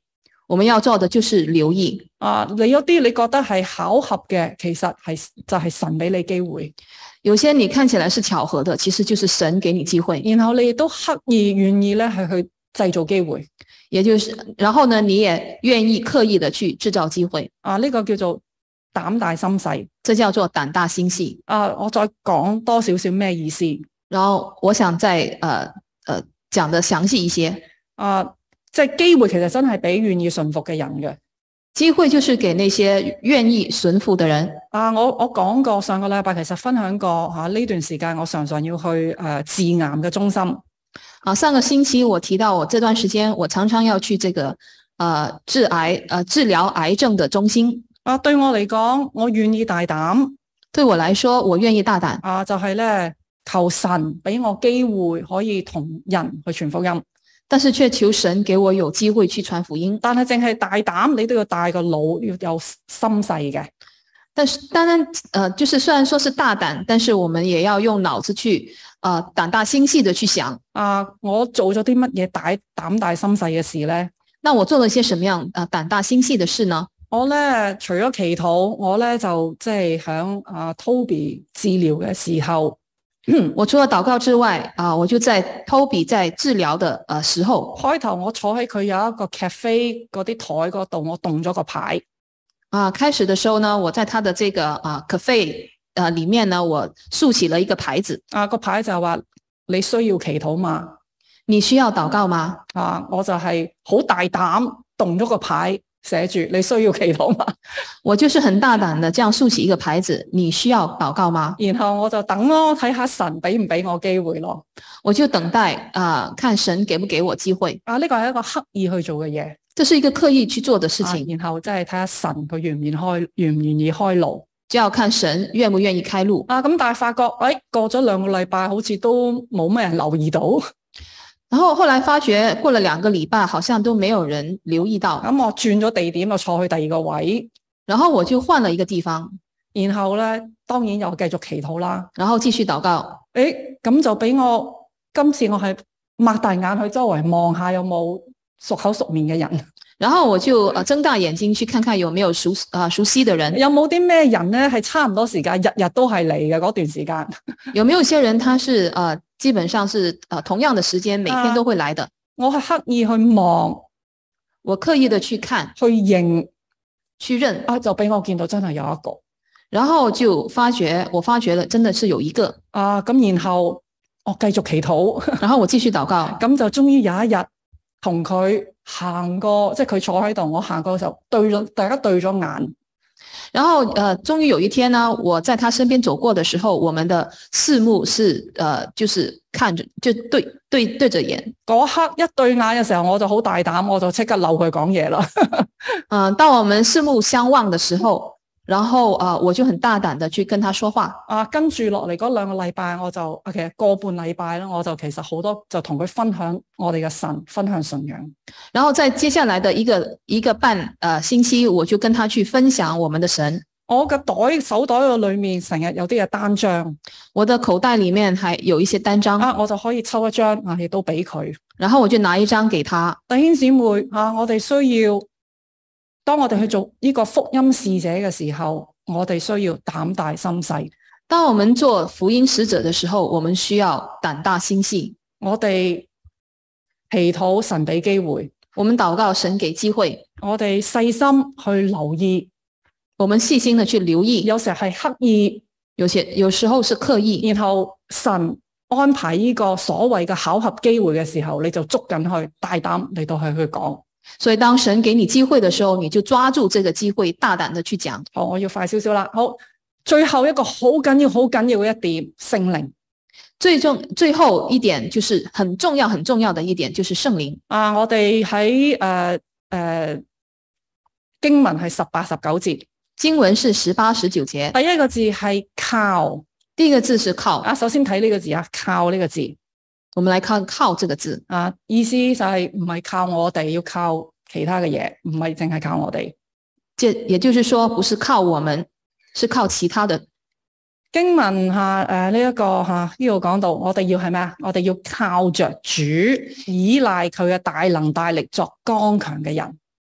我們要做的就是留意。 啊，你有啲你覺得係巧合嘅，其實係就係神俾你機會。 有些你看起來是巧合的，其實就是神給你機會。 然後你亦都刻意願意咧係去製造機會， 也就是然後呢，你也願意刻意的去製造機會。 啊，呢、這個叫做膽大心細， 這叫做膽大心細。 啊，我再講多少少咩意思？ 然後我想再呃呃講得詳細一些。 啊，即係機會其實真係俾願意順服嘅人嘅。 機會就是給那些願意順服的人。 啊，我我講過上個禮拜其實分享過吓呢、啊、段時間我常常要去誒治癌嘅中心。 啊，上個星期我提到我這段時間我常常要去這個呃治癌呃治療癌症的中心。 啊，對我嚟講，我願意大膽。 對我來說，我願意大膽。 啊，就係、是、咧求神俾我機會可以同人去傳福音。 但是卻求神給我有機會去傳福音。 但係淨係大膽，你都要帶個腦，要有心細嘅。 但是當然，呃，就是雖然說是大膽，但是我們也要用腦子去，呃，膽大心細的去想。 啊，我做咗啲乜嘢大膽大心細嘅事咧？ 那我做了一些什麼樣啊膽大心細的事呢？ 我咧除咗祈禱，我咧就即係響啊 Toby 治療嘅時候。 我除了禱告之外，啊，我就在 Toby 在治療的呃時候， 開頭我坐喺佢有一個 cafe 嗰啲台嗰度，我動咗個牌。 啊，開始的時候呢，我在他的這個啊 cafe 呃裏面呢，我豎起了一個牌子。 啊，個牌就話你需要祈禱嘛？ 你需要禱告嗎？ 啊，我就係好大膽動咗個牌。寫住你需要祈禱嘛？ 我就是很大膽的這樣豎起一個牌子，你需要禱告嗎？ 然後我就等咯，睇下神俾唔俾我機會咯。 我就等待啊、呃，看神給不給我機會。 啊，呢個係一個刻意去做嘅嘢， 這是一個刻意去做的事情。 啊、然後即係睇下神佢願唔願開，願唔願意開路， 就要看神願不願意開路。 啊，咁但係發覺，誒、哎，過咗兩個禮拜，好似都冇乜人留意到。 然後後來發覺過了兩個禮拜，好像都沒有人留意到。 咁我轉咗地點，就坐去第二個位， 然後我就換了一個地方， 然後咧，當然又繼續祈禱啦， 然後繼續禱告。 誒，咁就俾我今次我係擘大眼去周圍望下有冇熟口熟面嘅人。 然後我就呃睜大眼睛去看看有沒有熟啊、呃、熟悉的人， 有冇啲咩人咧係差唔多時間，日日都係嚟嘅嗰段時間。 有沒有些人他是呃基本上是呃同樣的時間每天都會來的。 啊、我係刻意去望， 我刻意的去看去認去認啊，就俾我見到真係有一個， 然後就發覺我發覺了真的是有一個啊，咁然後我繼續祈禱， 然後我繼續禱告， 咁就終於有一日同佢行過，即係佢坐喺度，我行過嘅時候對咗，大家對咗眼。 然後，呃，終於有一天呢，我在他身邊走過的時候，我們的四目是，呃，就是看着，就對對對着眼。 嗰刻一對眼嘅時候，我就好大膽，我就即刻溜佢講嘢啦。 嗯、呃，當我們四目相望的時候，然後啊、呃，我就很大膽的去跟他說話。 啊，跟住落嚟嗰兩個禮拜，我就啊，其實個半禮拜啦，我就其實好多就同佢分享我哋嘅神，分享信仰。 然後在接下來的一個一個半呃星期，我就跟他去分享我們的神。 我嘅袋手袋嘅裏面成日有啲嘅單張， 我的口袋裏面還有一些單張啊，我就可以抽一張啊，亦都俾佢。 然後我就拿一張給他。 弟兄姊妹啊，我哋需要。當我哋去做呢個福音使者嘅時候，我哋需要膽大心細。 當我們做福音使者的時候，我們需要膽大心細。 我哋祈禱神俾機會， 我們禱告神給機會。 我哋細心去留意， 我們細心的去留意。 有時係刻意， 有些有時候是刻意。 然後神安排呢個所謂嘅巧合機會嘅時候，你就捉緊去，大膽嚟到去去講。 所以當神給你機會的時候，你就抓住這個機會，大膽的去講。 好，我要快少少啦。好，最後一個好緊要、好緊要嘅一點，聖靈。 最重最後一點就是很重要、很重要的一點，就是聖靈。 啊，我哋喺誒誒經文係十八、十九節。 經文是十八、十九節。 第一個字係靠， 第一個字是靠。 啊，首先睇呢個字啊，靠呢個字。 我們來看靠這個字啊，意思就係唔係靠我哋，要靠其他嘅嘢，唔係淨係靠我哋。 這也就是說，不是靠我們，是靠其他的。 經文下誒呢一個吓呢度講到，我哋要係咩啊？我哋要靠着主，依賴佢嘅大能大力作剛強嘅人。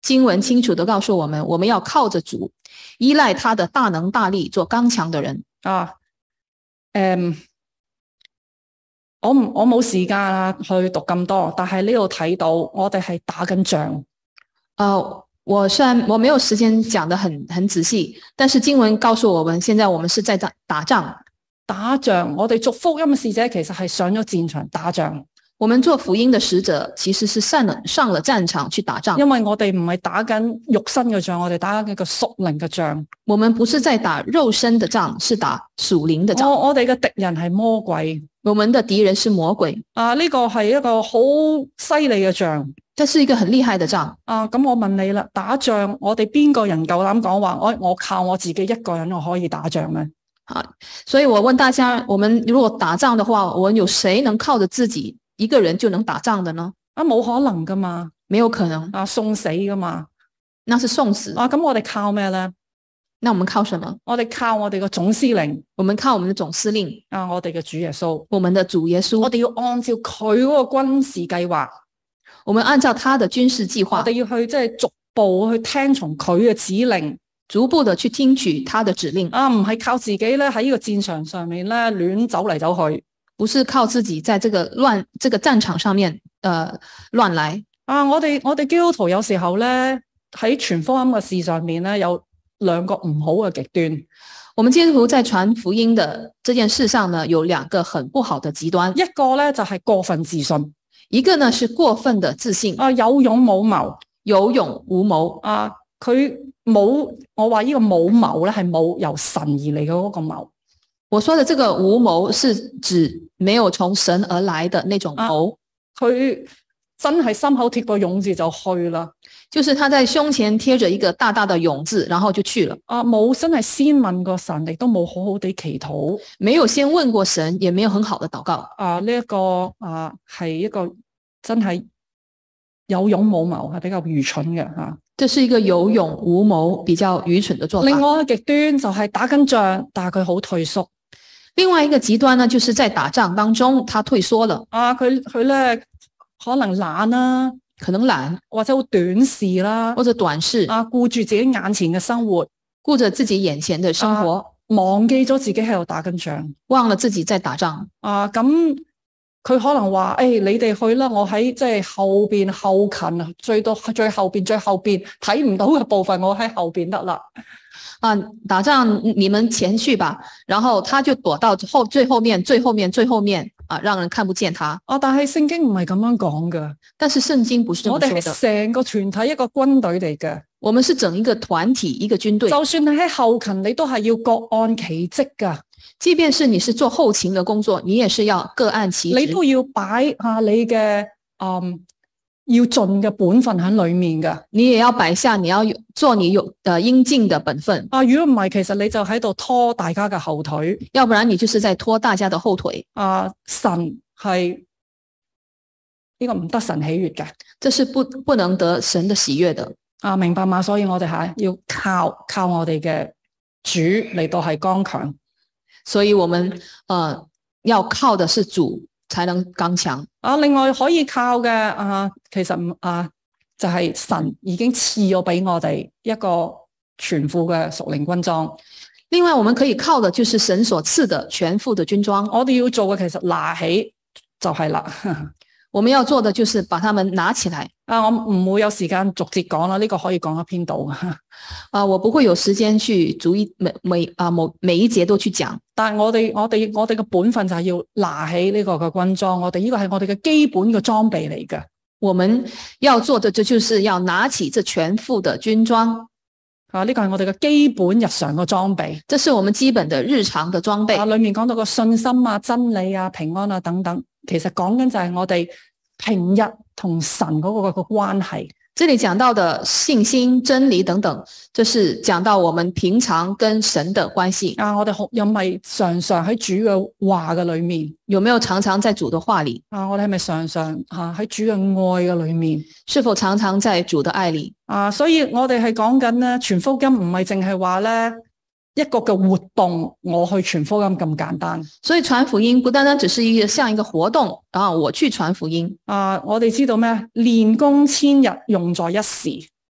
經文清楚地告訴我們，我們要靠着主，依賴他的大能大力，做剛強的人。 啊，誒、um,。我唔我冇時間啊去讀咁多，但係呢度睇到我哋係打緊仗。 呃，我雖然我沒有時間講得很很仔細，但是經文告訴我們，現在我們是在打打仗。 打仗，我哋做福音嘅使者其實係上咗戰場打仗。 我們做福音的使者其實是上了上了戰場去打仗， 因為我哋唔係打緊肉身嘅仗，我哋打緊一個屬靈嘅仗。 我們不是在打肉身的仗，是打屬靈的仗。 我我哋嘅敵人係魔鬼， 我們的敵人是魔鬼。 啊，呢個係一個好犀利嘅仗， 這是一個很厲害的仗。 啊，咁我問你啦，打仗我哋邊個人夠膽講話？我我靠我自己一個人我可以打仗咧？ 啊，所以我問大家，我們如果打仗的話，我們有誰能靠着自己一個人就能打仗的呢？ 啊，冇可能噶嘛， 沒有可能啊，送死噶嘛， 那是送死。 啊，咁我哋靠咩咧？ 那我們靠什麼？ 我哋靠我哋嘅總司令， 我們靠我們的總司令啊，我哋嘅主耶穌， 我們的主耶穌。 我哋要按照佢嗰個軍事計劃， 我們按照他的軍事計劃， 我哋要去即係逐步去聽從佢嘅指令， 逐步的去聽取他的指令。 啊，唔係靠自己咧喺呢個戰場上面咧亂走嚟走去。 不是靠自己在這個亂這個戰場上面，呃，亂來啊！我哋我哋基督徒有時候咧喺傳福音嘅事上面咧有兩個唔好嘅極端。 我們基督徒在傳福音的這件事上呢，有兩個很不好的極端。 一個咧就係、是、過分自信， 一個呢是過分的自信。 啊，有勇冇謀， 有勇無謀。 啊，佢冇，我話呢個冇謀咧係冇由神而嚟嘅嗰個謀。 我說的這個無謀是指沒有從神而來的那種謀， 佢、啊、真係心口貼個勇字就去啦， 就是他在胸前貼着一個大大的勇字，然後就去了。 啊，冇真係先問過神，亦都冇好好地祈禱， 沒有先問過神，也沒有很好的禱告。 啊，呢、這、一個啊係一個真係有勇冇謀，係比較愚蠢嘅吓。啊這是一個有勇無謀、比較愚蠢的做法。 另外一個極端就係打緊仗，但係佢好退縮。 另外一個極端呢，就是在打仗當中，他退縮了。 啊，佢佢咧可能懶啦， 可能懶， 或者好短視啦， 或者短視。 啊，顧住自己眼前嘅生活， 顧着自己眼前的生活， 啊、忘記咗自己喺度打緊仗， 忘了自己在打仗。 啊，咁佢可能話：誒、哎，你哋去啦，我喺即係後邊後勤啊，最多最後邊最後邊睇唔到嘅部分，我喺後邊得啦。 啊，打仗你們前去吧，然後他就躲到後最後面、最後面、最後面啊，讓人看不見他。 啊，但係聖經唔係咁樣講㗎， 但是聖經不是這麼說的。 我哋係成個團體一個軍隊嚟嘅， 我們是整一個團體一個軍隊。 就算你喺後勤，你都係要各按其職㗎。 即便是你是做後勤的工作，你也是要各按其職。 你都要擺下你嘅嗯。要盡嘅本分喺裏面㗎， 你也要擺下，你要做你有呃應盡的本分啊！如果唔係，其實你就喺度拖大家嘅後腿， 要不然你就是在拖大家的後腿。 啊！神係呢個唔得神喜悅嘅， 這是不不能得神的喜悅的。 啊，明白嗎？所以我哋係要靠靠我哋嘅主嚟到係剛強， 所以我們呃要靠的是主，才能剛強啊！另外可以靠嘅啊，其實唔啊，就係、是、神已經賜咗俾我哋一個全副嘅屬靈軍裝。 另外我們可以靠的，就是神所賜的全副的軍裝。 我哋要做嘅其實拿起就係啦。 我們要做的就是把它們拿起來。 啊，我唔會有時間逐節講啦，呢、這個可以講一篇道。 啊，我不會有時間去逐一每每啊某每一節都去講。 但係我哋我哋我哋嘅本分就係要拿起呢個嘅軍裝，我哋呢個係我哋嘅基本嘅裝備嚟嘅。 我們要做的就就是要拿起這全副的軍裝。 啊，呢個係我哋嘅基本日常嘅裝備， 這是我們基本的日常的裝備。 啊，裏面講到個信心啊、真理啊、平安啊等等，其實講緊就係我哋平日同神嗰個個關係。 這裏講到的信心、真理等等，這是講到我們平常跟神的關係。 啊，我哋有咪常常喺主嘅話嘅裏面？ 有沒有常常在主的話裏？啊， 我哋係咪常常吓喺主嘅愛嘅裏面？ 是否常常在主的愛裏？ 啊，所以我哋係講緊咧，傳福音唔係淨係話咧一個嘅活動，我去傳福音咁簡單。 所以傳福音不單單只是一個像一個活動，然後我去傳福音。 啊，我哋知道咩？練功千日，用在一時。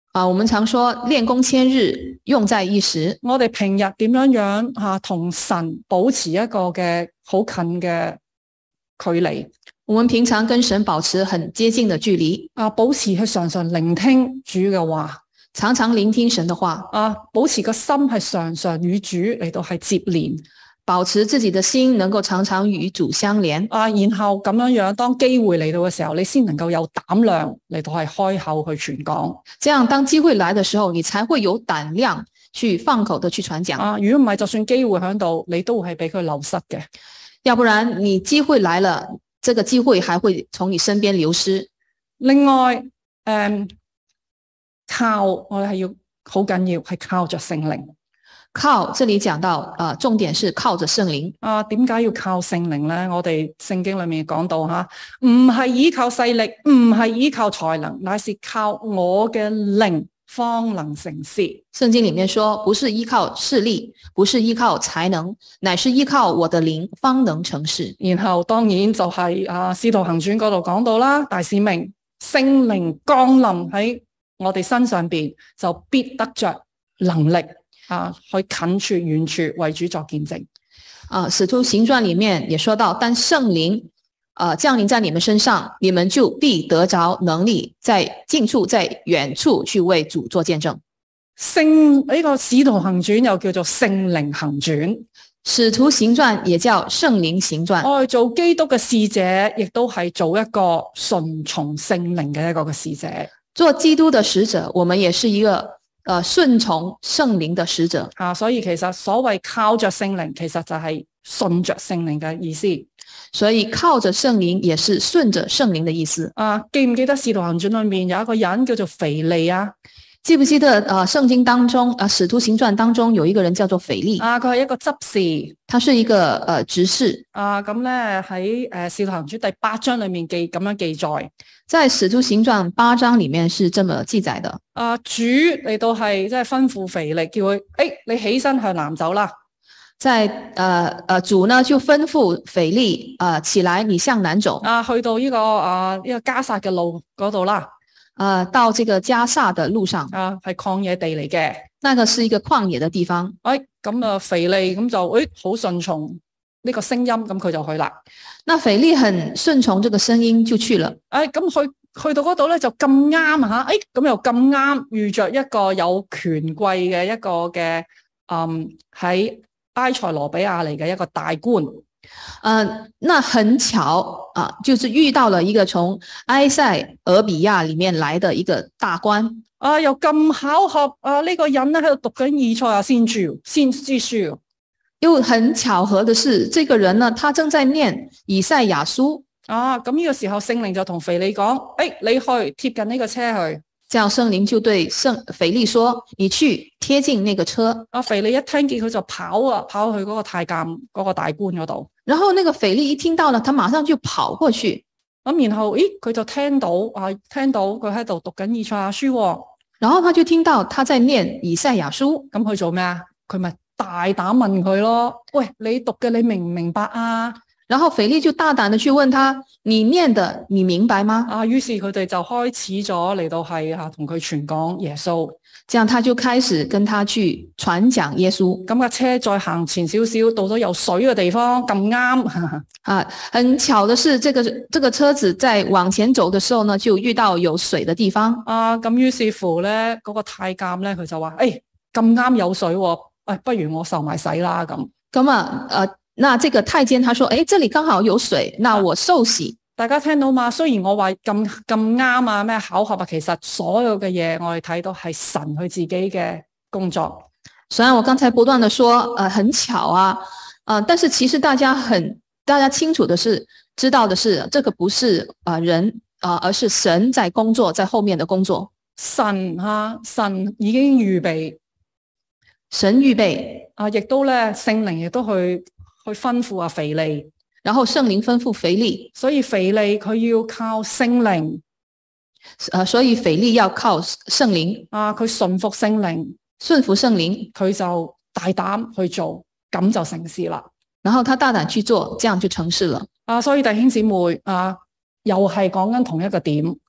啊，我們常說練功千日，用在一時。 我哋平日點樣樣吓同神保持一個嘅好近嘅距離？ 我們平常跟神保持很接近的距離， 啊，保持去常常聆聽主嘅話， 常常聆聽神的話， 啊，保持個心係常常與主嚟到係接連。 保持自己的心能夠常常與主相連啊，然後咁樣樣，當機會嚟到嘅時候，你先能夠有膽量嚟到係開口去傳講。 這樣當機會來的時候，你才會有膽量去放口的去傳講。 啊，如果唔係，就算機會喺度，你都會係俾佢流失嘅。 要不然你機會來了，這個機會還會從你身邊流失。 另外，誒、嗯，靠我哋係要好緊要，係靠着聖靈。 靠，這裏講到，啊、呃，重點是靠着聖靈。 啊，點解要靠聖靈咧？我哋聖經裏面講到吓，唔係依靠勢力，唔係依靠才能，乃是靠我嘅靈方能成事。 聖經裏面說，不是依靠勢力，不是依靠才能，乃是依靠我的靈方能成事。 然後當然就係、是、啊，使徒行傳嗰度講到啦，大使命，聖靈降臨喺我哋身上邊，就必得着能力。啊，去近處遠處為主作見證。 啊，使徒行傳裏面也說到，但聖靈啊降臨在你們身上，你們就必得着能力，在近處在遠處去為主作見證。 聖呢、這個使徒行傳又叫做聖靈行傳， 使徒行傳也叫聖靈行傳。 我哋做基督嘅使者，亦都係做一個順從聖靈嘅一個嘅使者。 做基督的使者，我們也是一個。呃，順從聖靈的使者啊，所以其實所謂靠着聖靈，其實就係順着聖靈嘅意思。 所以靠着聖靈也是順着聖靈的意思。 啊，記唔記得《使徒行傳》裏面有一個人叫做腓利啊？ 記不記得啊？聖經當中啊，《使徒行傳》當中有一個人叫做腓利啊，佢係一個執事， 他是一個呃執事啊。咁咧喺誒《使徒行傳》第八章裏面記咁樣記載， 在《使徒行傳》八章裏面是這麼記載的。 啊，主嚟到係即係吩咐腓利，叫佢誒、哎，你起身向南走啦。 在呃呃主呢就吩咐腓利啊、呃，起來，你向南走。 啊，去到呢、這個啊呢、這個迦薩嘅路嗰度啦。 呃，到這個迦薩的路上啊，係曠野地嚟嘅， 那個是一個曠野的地方。 哎，咁啊，腓利咁就誒好順從呢個聲音，咁佢就去啦。 那腓利很順從這個聲音就去了。 哎，咁去去到嗰度咧就咁啱吓，哎，咁又咁啱遇着一個有權貴嘅一個嘅，嗯喺埃塞羅比亞嚟嘅一個大官。 呃，那很巧啊，就是遇到了一個從埃塞俄比亞裏面來的一個大官啊，又咁巧合啊！呢、這個人咧喺度讀緊以賽亞先知先知書， 又很巧合的是，這個人呢，他正在念以賽亞書啊。咁呢個時候聖靈就同腓利講：誒、哎，你去貼近呢個車去。 這樣聖靈就對聖腓利說：你去貼近那個車。 啊，腓利一聽見佢就跑啊，跑去嗰個太監嗰、那個大官嗰度。 然後那個腓利一聽到了，他馬上就跑過去。 咁然後，咦，佢就聽到啊，聽到佢喺度讀緊以賽亞書、哦。 然後他就聽到他在念以賽亞書。 咁佢做咩啊？佢咪大膽問佢咯。喂，你讀嘅你明唔明白啊？ 然後腓利就大膽的去問他：你念的你明白嗎？ 啊，於是佢哋就開始咗嚟到係吓同佢傳講耶穌。 這樣他就開始跟他去傳講耶穌。 咁架車再行前少少，到咗有水嘅地方，咁啱。 啊，很巧的是，這個這個車子在往前走的時候呢，就遇到有水的地方。 啊，咁於是乎咧，嗰、那個太監咧，佢就話：誒、哎，咁啱有水、哦，誒、哎，不如我受埋洗啦咁。 咁啊，誒、呃，那這個太監他說：誒，這裏剛好有水，那我受洗。 啊，大家聽到嘛？雖然我話咁咁啱啊，咩巧合啊，其實所有嘅嘢我哋睇到係神佢自己嘅工作。 雖然我剛才不斷的說，呃，很巧啊，呃，但是其實大家很大家清楚的是，知道的是，這個不是啊、呃、人啊、呃，而是神在工作，在後面的工作。 神吓、啊，神已經預備， 神預備啊，亦都咧聖靈亦都去去吩咐啊腓利。 然後聖靈吩咐腓利， 所以腓利佢要靠聖靈， 呃，所以腓利要靠聖靈啊，佢順服聖靈， 順服聖靈， 佢就大膽去做，咁就成事啦。 然後他大膽去做，這樣就成事了。 啊，所以弟兄姊妹啊，又係講緊同一個點，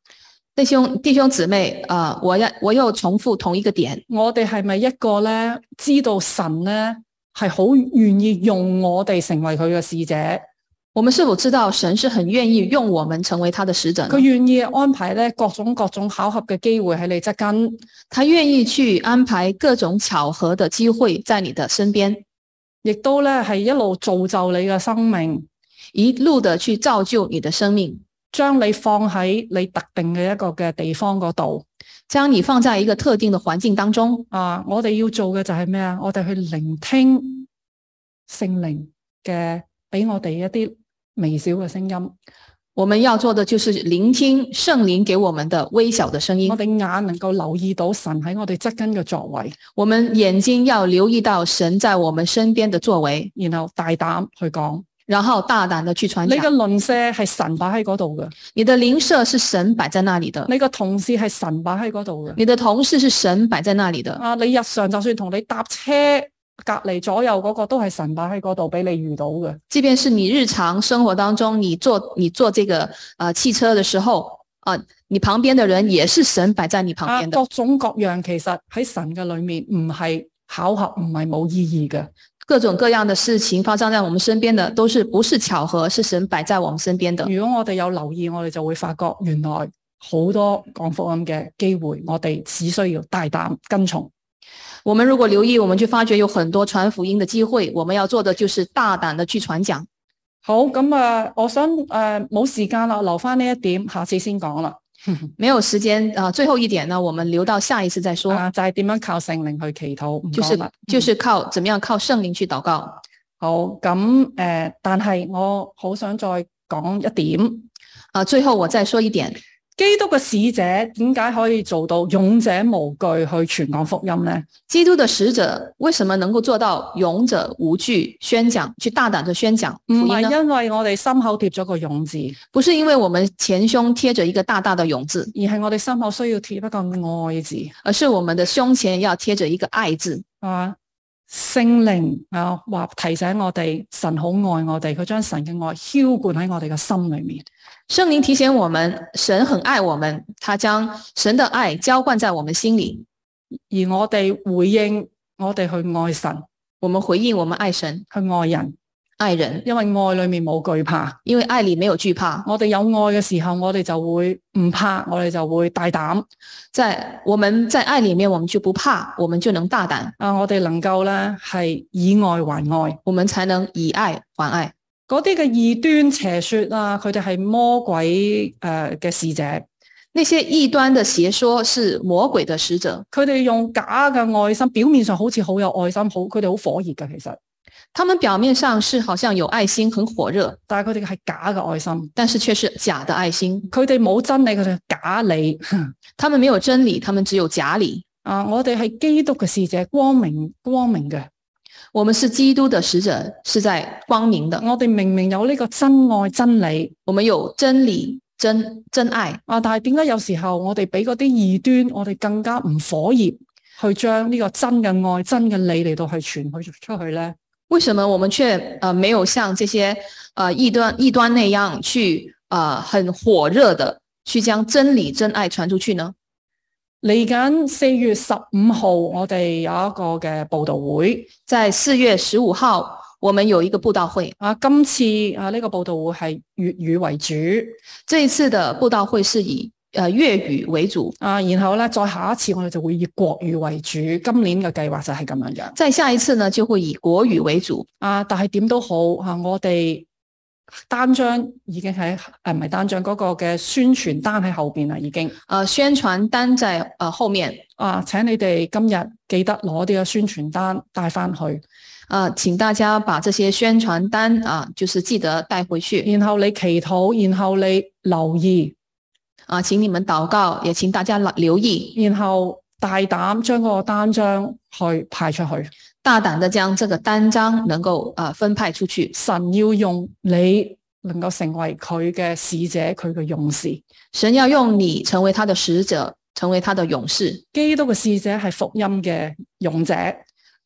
弟兄弟兄姊妹，啊、我要我又重複同一個點， 我哋係咪一個咧知道神咧係好願意用我哋成為佢嘅使者？ 我們是否知道神是很願意用我們成為他的使者呢？ 佢願意安排咧各種各種巧合嘅機會喺你側跟， 他願意去安排各種巧合的機會在你的身邊， 亦都咧係一路造就你嘅生命， 一路的去造就你的生命， 將你放喺你特定嘅一個嘅地方嗰度， 將你放在一個特定的環境當中。 啊！我哋要做嘅就係咩啊？我哋去聆聽聖靈嘅俾我哋一啲微小嘅聲音。 我們要做的就是聆聽聖靈給我們的微小的聲音。 我哋眼能夠留意到神喺我哋側跟嘅作為， 我們眼睛要留意到神在我們身邊的作為， 然後大膽去講。 然後大膽的去傳你嘅講。 鄰舍係神擺喺嗰度嘅， 你的鄰舍是神擺在那裡的， 你個同事係神擺喺嗰度嘅。 你的同事是神擺在那裡的。 啊，你日常就算同你搭車隔離左右嗰個都係神擺喺嗰度俾你遇到嘅。 即便是你日常生活當中，你坐你坐這個呃汽車的時候，啊、呃，你旁邊的人也是神擺在你旁邊的。 啊，各種各樣其實喺神嘅裏面唔係巧合，唔係冇意義嘅。 各種各樣的事情發生在我們身邊的，都是不是巧合，是神擺在我們身邊的。 如果我哋有留意，我哋就會發覺原來好多講福音嘅機會，我哋只需要大膽跟從。 我們如果留意，我們就發覺有很多傳福音的機會，我們要做的就是大膽的去傳講。 好，咁啊，我想誒冇時間啦，留翻呢一點，下次先講啦。 沒有時間啊，最後一點呢，我們留到下一次再說。 啊，就係點樣靠聖靈去祈禱，唔就是講啦。 就是靠怎麼樣靠聖靈去禱告。 好，咁誒、呃，但係我好想再講一點。 啊，最後我再說一點。 基督嘅使者點解可以做到勇者無懼去傳講福音呢？ 基督的使者為什麼能夠做到勇者無懼宣講，去大膽地宣講福音呢？ 唔係因為我哋心口貼咗個勇字， 不是因為我們前胸貼着一個大大的勇字， 而係我哋心口需要貼一個愛字， 而是我們的胸前要貼着一個愛字。 啊，聖靈啊，話提醒我哋神好愛我哋，佢將神嘅愛澆灌喺我哋嘅心裏面。 聖靈提醒我們，神很愛我們，他將神的愛澆灌在我們心裏， 而我哋回應，我哋去愛神， 我們回應，我們愛神， 去愛人， 愛人， 因為愛裏面冇懼怕， 因為愛裏沒有懼怕。 我哋有愛嘅時候，我哋就會唔怕，我哋就會大膽。 在我們在愛裏面，我們就不怕，我們就能大膽。 啊，我哋能夠咧係以愛還愛， 我們才能以愛還愛。 嗰啲嘅異端邪說啊，佢哋係魔鬼誒嘅使者。 那些異端的邪說是魔鬼的使者， 佢哋用假嘅愛心，表面上好似好有愛心，好佢哋好火熱嘅，其實。 他們表面上是好像有愛心，很火熱， 但係佢哋係假嘅愛心， 但是卻是假的愛心。 佢哋冇真理，佢哋係假理。 他們沒有真理，他們只有假理。 啊，我哋係基督嘅使者，光明光明嘅。 我們是基督的使者，是在光明的。 我哋明明有呢個真愛真理， 我們有真理真真愛啊！但係點解有時候我哋比嗰啲異端，我哋更加唔火熱去將呢個真嘅愛真嘅理嚟到去傳去出去咧？ 為什麼我們卻呃沒有像這些呃異端異端那樣去呃很火熱的去將真理真愛傳出去呢？ 嚟緊四月十五號，我哋有一個嘅佈道會， 在四月十五號，我們有一個佈道會。 啊，今次啊呢個佈道會係粵語為主， 這一次的佈道會是以呃粵語為主。 啊，然後咧再下一次我哋就會以國語為主。今年嘅計劃就係咁樣樣。 再下一次呢，就會以國語為主。啊， 但係點都好啊，我哋單張已經喺誒唔係單張嗰個嘅宣傳單喺後邊啦，已經。 誒，宣傳單在誒後面啊，請你哋今日記得攞啲嘅宣傳單帶翻去。 啊，請大家把這些宣傳單啊，就是記得帶回去。 然後你祈禱，然後你留意。 啊，請你們禱告，也請大家留意。 然後大膽將嗰個單張去派出去。 大膽的將這個單張能夠啊分派出去。 神要用你能夠成為佢嘅使者，佢嘅勇士。 神要用你成為他的使者，成為他的勇士。 基督嘅使者係福音嘅勇者，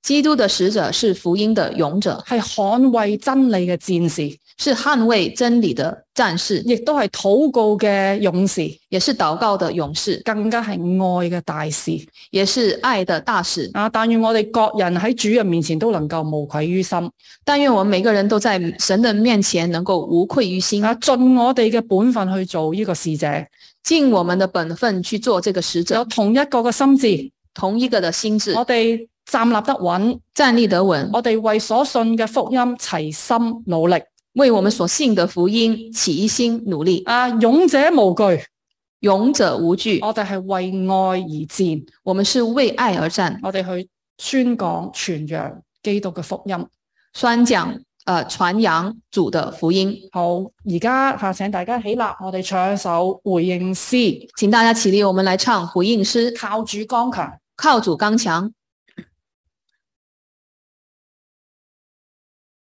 基督的使者是福音的勇者， 係捍衛真理嘅戰士， 是捍衛真理的戰士， 亦都係禱告嘅勇士， 也是禱告的勇士， 更加係愛嘅大使， 也是愛的大使。 啊！但願我哋各人喺主人面前都能夠無愧於心， 但願我們每個人都在神的面前能夠無愧於心， 啊！盡我哋嘅本分去做呢個使者， 盡我們的本分去做這個使者， 有同一個嘅心志， 同一個的心志， 我哋站立得穩， 站立得穩， 我哋為所信嘅福音齊心努力， 為我們所信的福音齊心努力。 啊！勇者無懼， 勇者無懼， 我哋係為愛而戰， 我們是為愛而戰， 我哋去宣講傳揚基督嘅福音， 宣講呃傳揚主的福音。 好，而家吓請大家起立，我哋唱一首回應詩， 請大家起立，我們來唱回應詩。 靠主剛強， 靠主剛強。